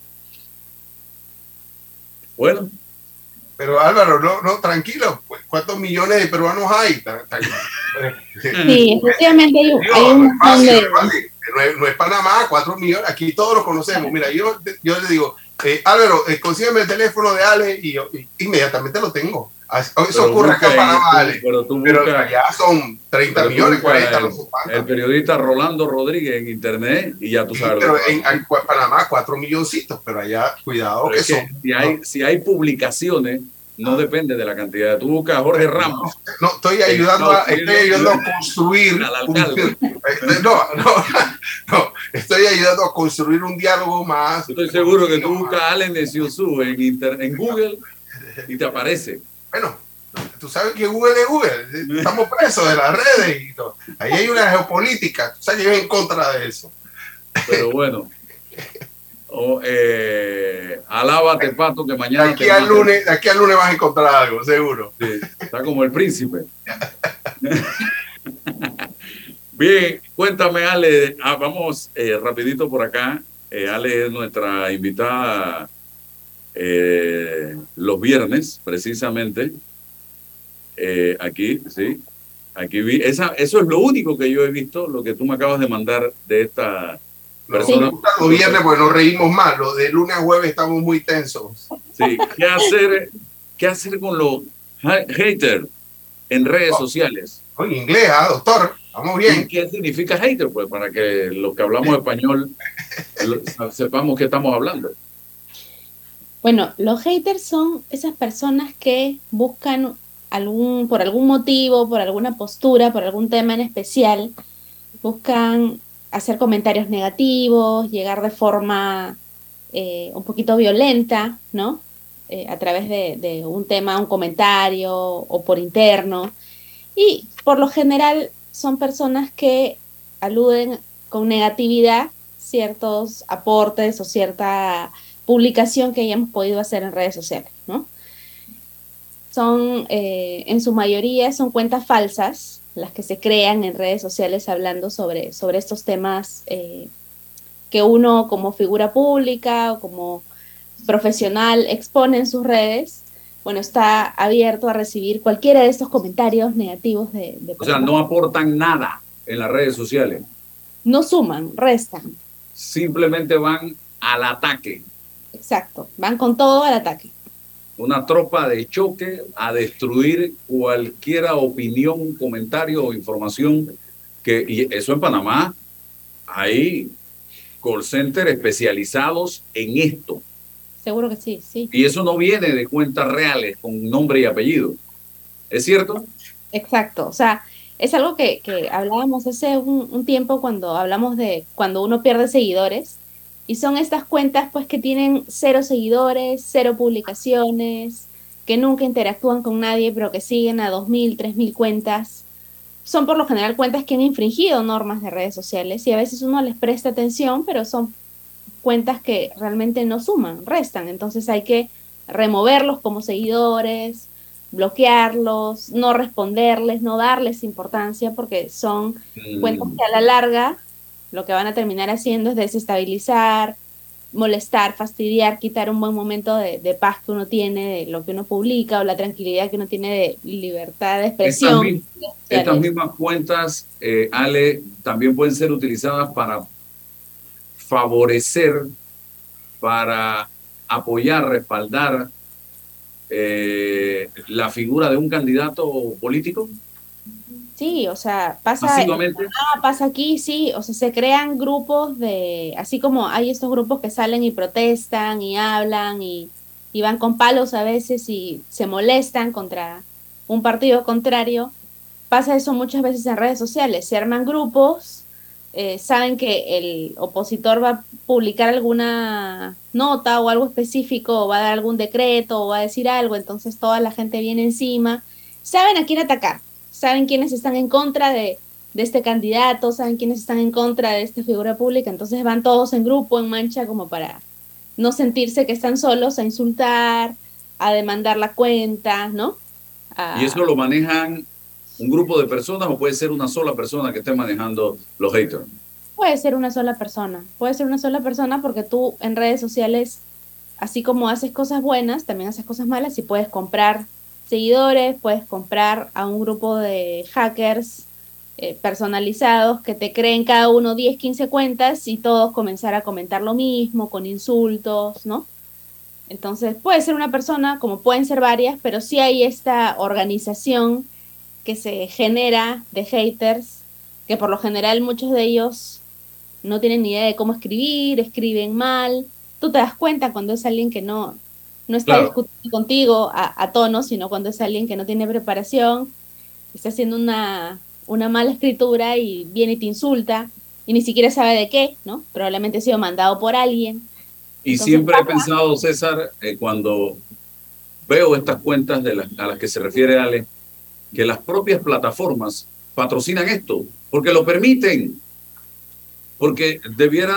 Bueno. Pero Álvaro, no, tranquilo, pues, ¿cuántos millones de peruanos hay? Sí, efectivamente hay un montón de... No es Panamá, 4 millones, aquí todos los conocemos. Mira, yo le digo, Álvaro, consígueme el teléfono de Ale y yo inmediatamente lo tengo. Eso ocurre acá en Panamá, Ale. Pero allá son 30 millones, 40, no sé cuántos. El periodista Rolando Rodríguez en internet y ya tú sabes. Pero en Panamá 4 milloncitos, pero allá, cuidado que son. Si hay publicaciones, no depende de la cantidad. Tú buscas a Jorge Ramos. No, estoy ayudando a construir. Al alcalde. Estoy ayudando a construir un diálogo más. Estoy seguro que tú buscas a Ale Neciosud en Google y te aparece. Bueno, tú sabes que Google es Google. Estamos presos de las redes y todo. Ahí hay una geopolítica. Tú sabes que yo en contra de eso. Pero bueno, Alábate, Pato, que mañana... De aquí al lunes vas a encontrar algo, seguro. Sí, está como el príncipe. Bien, cuéntame, Ale. Vamos rapidito por acá. Ale es nuestra invitada los viernes, precisamente. Aquí, sí. Aquí vi. Eso es lo único que yo he visto, lo que tú me acabas de mandar de esta persona. Los viernes, pues nos reímos más. Los de lunes a jueves estamos muy tensos. Sí. ¿Qué hacer con los haters en redes sociales? En inglés, doctor. Vamos bien. ¿Qué significa hater? Pues para que los que hablamos español sepamos qué estamos hablando. Bueno, los haters son esas personas que buscan por algún motivo, por alguna postura, por algún tema en especial, buscan hacer comentarios negativos, llegar de forma un poquito violenta, ¿no? A través de un tema, un comentario o por interno. Y por lo general son personas que aluden con negatividad ciertos aportes o cierta publicación que hayamos podido hacer en redes sociales, ¿no? Son, en su mayoría, son cuentas falsas las que se crean en redes sociales hablando sobre estos temas que uno como figura pública o como profesional expone en sus redes. Bueno, está abierto a recibir cualquiera de estos comentarios negativos de o sea, no aportan nada en las redes sociales. No suman, restan. Simplemente van al ataque. Exacto, van con todo al ataque. Una tropa de choque a destruir cualquier opinión, comentario o información y eso en Panamá hay call centers especializados en esto. Seguro que sí, sí. Y eso no viene de cuentas reales con nombre y apellido. ¿Es cierto? Exacto. O sea, es algo que hablábamos hace un tiempo cuando hablamos de cuando uno pierde seguidores. Y son estas cuentas pues que tienen 0 seguidores, 0 publicaciones, que nunca interactúan con nadie, pero que siguen a 2.000, 3.000 cuentas. Son por lo general cuentas que han infringido normas de redes sociales y a veces uno les presta atención, pero son cuentas que realmente no suman, restan. Entonces hay que removerlos como seguidores, bloquearlos, no responderles, no darles importancia, porque son cuentas que a la larga lo que van a terminar haciendo es desestabilizar, molestar, fastidiar, quitar un buen momento de paz que uno tiene, de lo que uno publica o la tranquilidad que uno tiene de libertad de expresión. Estas mismas cuentas, Ale, también pueden ser utilizadas para favorecer, para apoyar, respaldar la figura de un candidato político. Sí, o sea, pasa aquí, sí, o sea, se crean grupos así como hay estos grupos que salen y protestan y hablan y van con palos a veces y se molestan contra un partido contrario, pasa eso muchas veces en redes sociales, se arman grupos, saben que el opositor va a publicar alguna nota o algo específico, o va a dar algún decreto, o va a decir algo, entonces toda la gente viene encima, saben a quién atacar. Saben quiénes están en contra de este candidato, saben quiénes están en contra de esta figura pública, entonces van todos en grupo, en mancha, como para no sentirse que están solos, a insultar, a demandar la cuenta, ¿no? ¿Y eso lo manejan un grupo de personas o puede ser una sola persona que esté manejando los haters? Puede ser una sola persona porque tú en redes sociales, así como haces cosas buenas, también haces cosas malas y puedes comprar seguidores, puedes comprar a un grupo de hackers personalizados que te creen cada uno 10, 15 cuentas y todos comenzar a comentar lo mismo, con insultos, ¿no? Entonces puede ser una persona, como pueden ser varias, pero sí hay esta organización que se genera de haters, que por lo general muchos de ellos no tienen ni idea de cómo escribir, escriben mal. Tú te das cuenta cuando es alguien que no está discutiendo contigo a tono, sino cuando es alguien que no tiene preparación, está haciendo una mala escritura y viene y te insulta y ni siquiera sabe de qué, ¿no? Probablemente ha sido mandado por alguien. Y entonces, siempre he pensado, César, cuando veo estas cuentas a las que se refiere Ale, que las propias plataformas patrocinan esto, porque lo permiten, porque debiera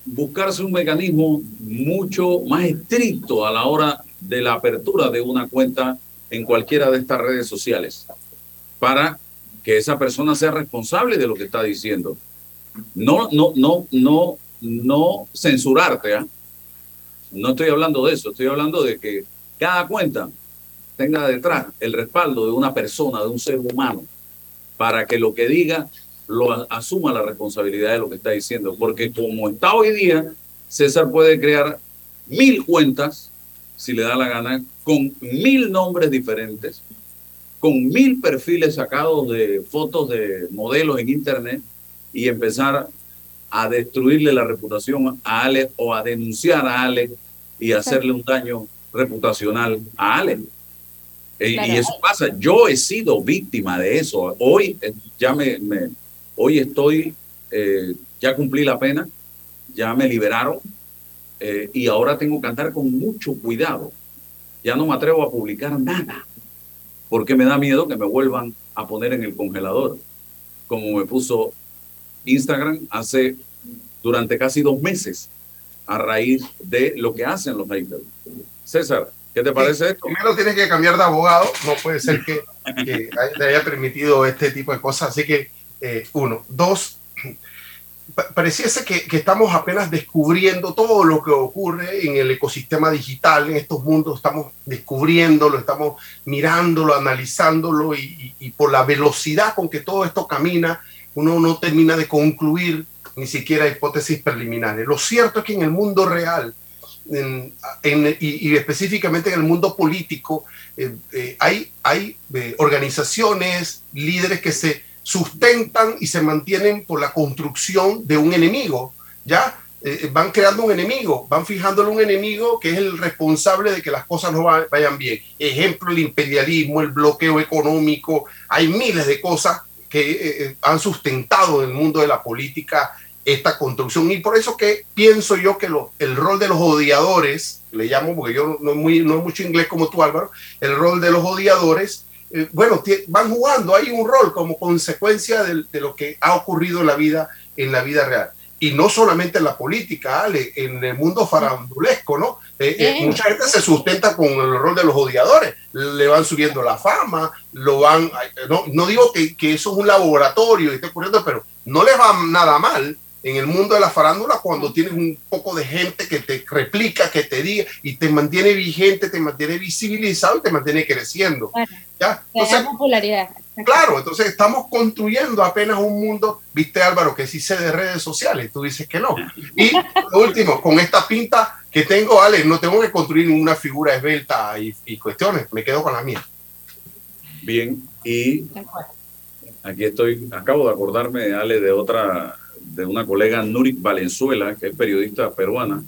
buscarse un mecanismo mucho más estricto a la hora de la apertura de una cuenta en cualquiera de estas redes sociales para que esa persona sea responsable de lo que está diciendo. No censurarte, ¿eh? No estoy hablando de eso, estoy hablando de que cada cuenta tenga detrás el respaldo de una persona, de un ser humano, para que lo que diga lo asuma la responsabilidad de lo que está diciendo. Porque como está hoy día, César puede crear 1000 cuentas, si le da la gana, con 1000 nombres diferentes, con 1000 perfiles sacados de fotos de modelos en internet y empezar a destruirle la reputación a Ale o a denunciar a Ale y hacerle un daño reputacional a Ale. Claro. Y eso pasa. Yo he sido víctima de eso. Hoy hoy estoy, ya cumplí la pena, ya me liberaron y ahora tengo que andar con mucho cuidado. Ya no me atrevo a publicar nada porque me da miedo que me vuelvan a poner en el congelador, como me puso Instagram durante casi 2 meses a raíz de lo que hacen los haters. César, ¿qué te parece esto? Primero tienes que cambiar de abogado, no puede ser que te haya permitido este tipo de cosas, así que 1, 2, pareciese que estamos apenas descubriendo todo lo que ocurre en el ecosistema digital, en estos mundos, estamos descubriéndolo, estamos mirándolo, analizándolo y por la velocidad con que todo esto camina, uno no termina de concluir ni siquiera hipótesis preliminares. Lo cierto es que en el mundo real, y específicamente en el mundo político, hay organizaciones, líderes que se sustentan y se mantienen por la construcción de un enemigo, ¿ya? Van creando un enemigo, van fijándole un enemigo que es el responsable de que las cosas no vayan bien. Ejemplo, el imperialismo, el bloqueo económico, hay miles de cosas que han sustentado en el mundo de la política esta construcción, y por eso que pienso yo que el rol de los odiadores, le llamo porque yo no mucho inglés como tú, Álvaro, el rol de los odiadores, van jugando ahí un rol como consecuencia de lo que ha ocurrido en la vida real. Y no solamente en la política, Ale, en el mundo farandulesco, ¿no? Mucha gente se sustenta con el rol de los odiadores, le van subiendo la fama, no digo que eso es un laboratorio y esté ocurriendo, pero no les va nada mal en el mundo de la farándula cuando tienes un poco de gente que te replica, que te diga y te mantiene vigente, te mantiene visibilizado y te mantiene creciendo. Bueno, ¿ya? Entonces, popularidad. Claro, entonces estamos construyendo apenas un mundo, viste Álvaro, que sí sé de redes sociales, tú dices que no. Y lo último, con esta pinta que tengo, Ale, no tengo que construir ninguna figura esbelta y cuestiones, me quedo con la mía. Bien, y aquí acabo de acordarme, Ale, de una colega, Nurit Valenzuela, que es periodista peruana,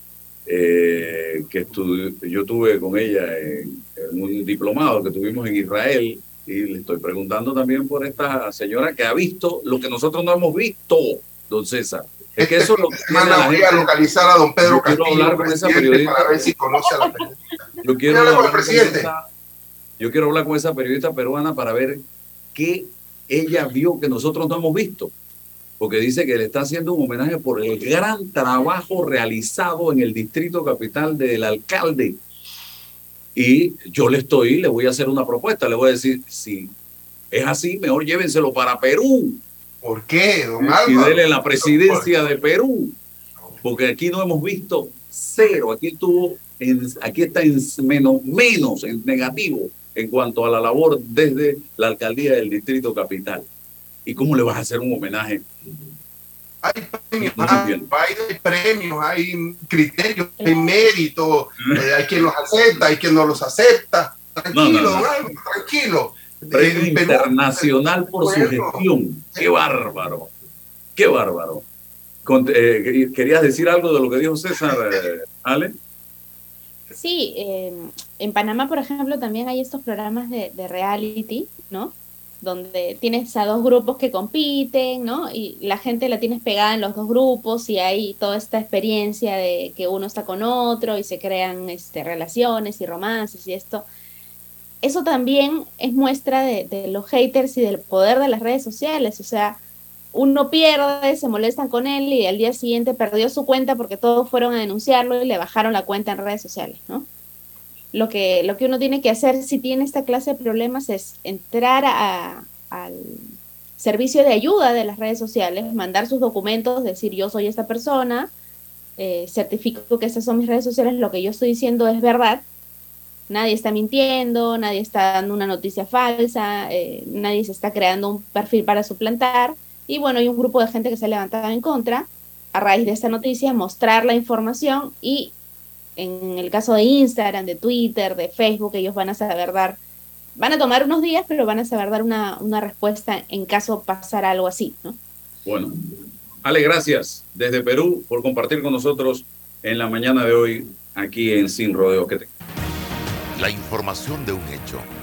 que yo tuve con ella en un diplomado que tuvimos en Israel, y le estoy preguntando también por esta señora que ha visto lo que nosotros no hemos visto, don César. Es que eso es lo que voy a localizar a don Pedro Castillo, quiero hablar con esa periodista, para ver si conoce a la periodista. Yo quiero hablar con esa periodista peruana para ver qué ella vio que nosotros no hemos visto, porque dice que le está haciendo un homenaje por el gran trabajo realizado en el distrito capital del alcalde. Y yo le voy a hacer una propuesta, le voy a decir, si es así, mejor llévenselo para Perú. ¿Por qué, don Álvaro? Y denle la presidencia de Perú, porque aquí no hemos visto cero, aquí está en menos, en negativo, en cuanto a la labor desde la alcaldía del distrito capital. ¿Y cómo le vas a hacer un homenaje? Hay premios, hay criterios, hay méritos, hay quien los acepta, hay quien no los acepta. Tranquilo, don Álvaro, tranquilo. Premio internacional por su gestión. ¡Qué bárbaro! ¡Qué bárbaro! ¿Querías decir algo de lo que dijo César, Ale? Sí, en Panamá, por ejemplo, también hay estos programas de reality, ¿no? Donde tienes a 2 grupos que compiten, ¿no? Y la gente la tienes pegada en los 2 grupos y hay toda esta experiencia de que uno está con otro y se crean relaciones y romances y esto. Eso también es muestra de los haters y del poder de las redes sociales. O sea, uno pierde, se molestan con él y al día siguiente perdió su cuenta porque todos fueron a denunciarlo y le bajaron la cuenta en redes sociales, ¿no? Lo que uno tiene que hacer si tiene esta clase de problemas es entrar al servicio de ayuda de las redes sociales, mandar sus documentos, decir yo soy esta persona, certifico que estas son mis redes sociales, lo que yo estoy diciendo es verdad, nadie está mintiendo, nadie está dando una noticia falsa, nadie se está creando un perfil para suplantar, y bueno, hay un grupo de gente que se ha levantado en contra a raíz de esta noticia, mostrar la información y en el caso de Instagram, de Twitter, de Facebook, ellos van a saber dar, van a tomar unos días, pero van a saber dar una respuesta en caso pasara algo así, ¿no? Bueno, Ale, gracias desde Perú por compartir con nosotros en la mañana de hoy aquí en Sin Rodeo. La información de un hecho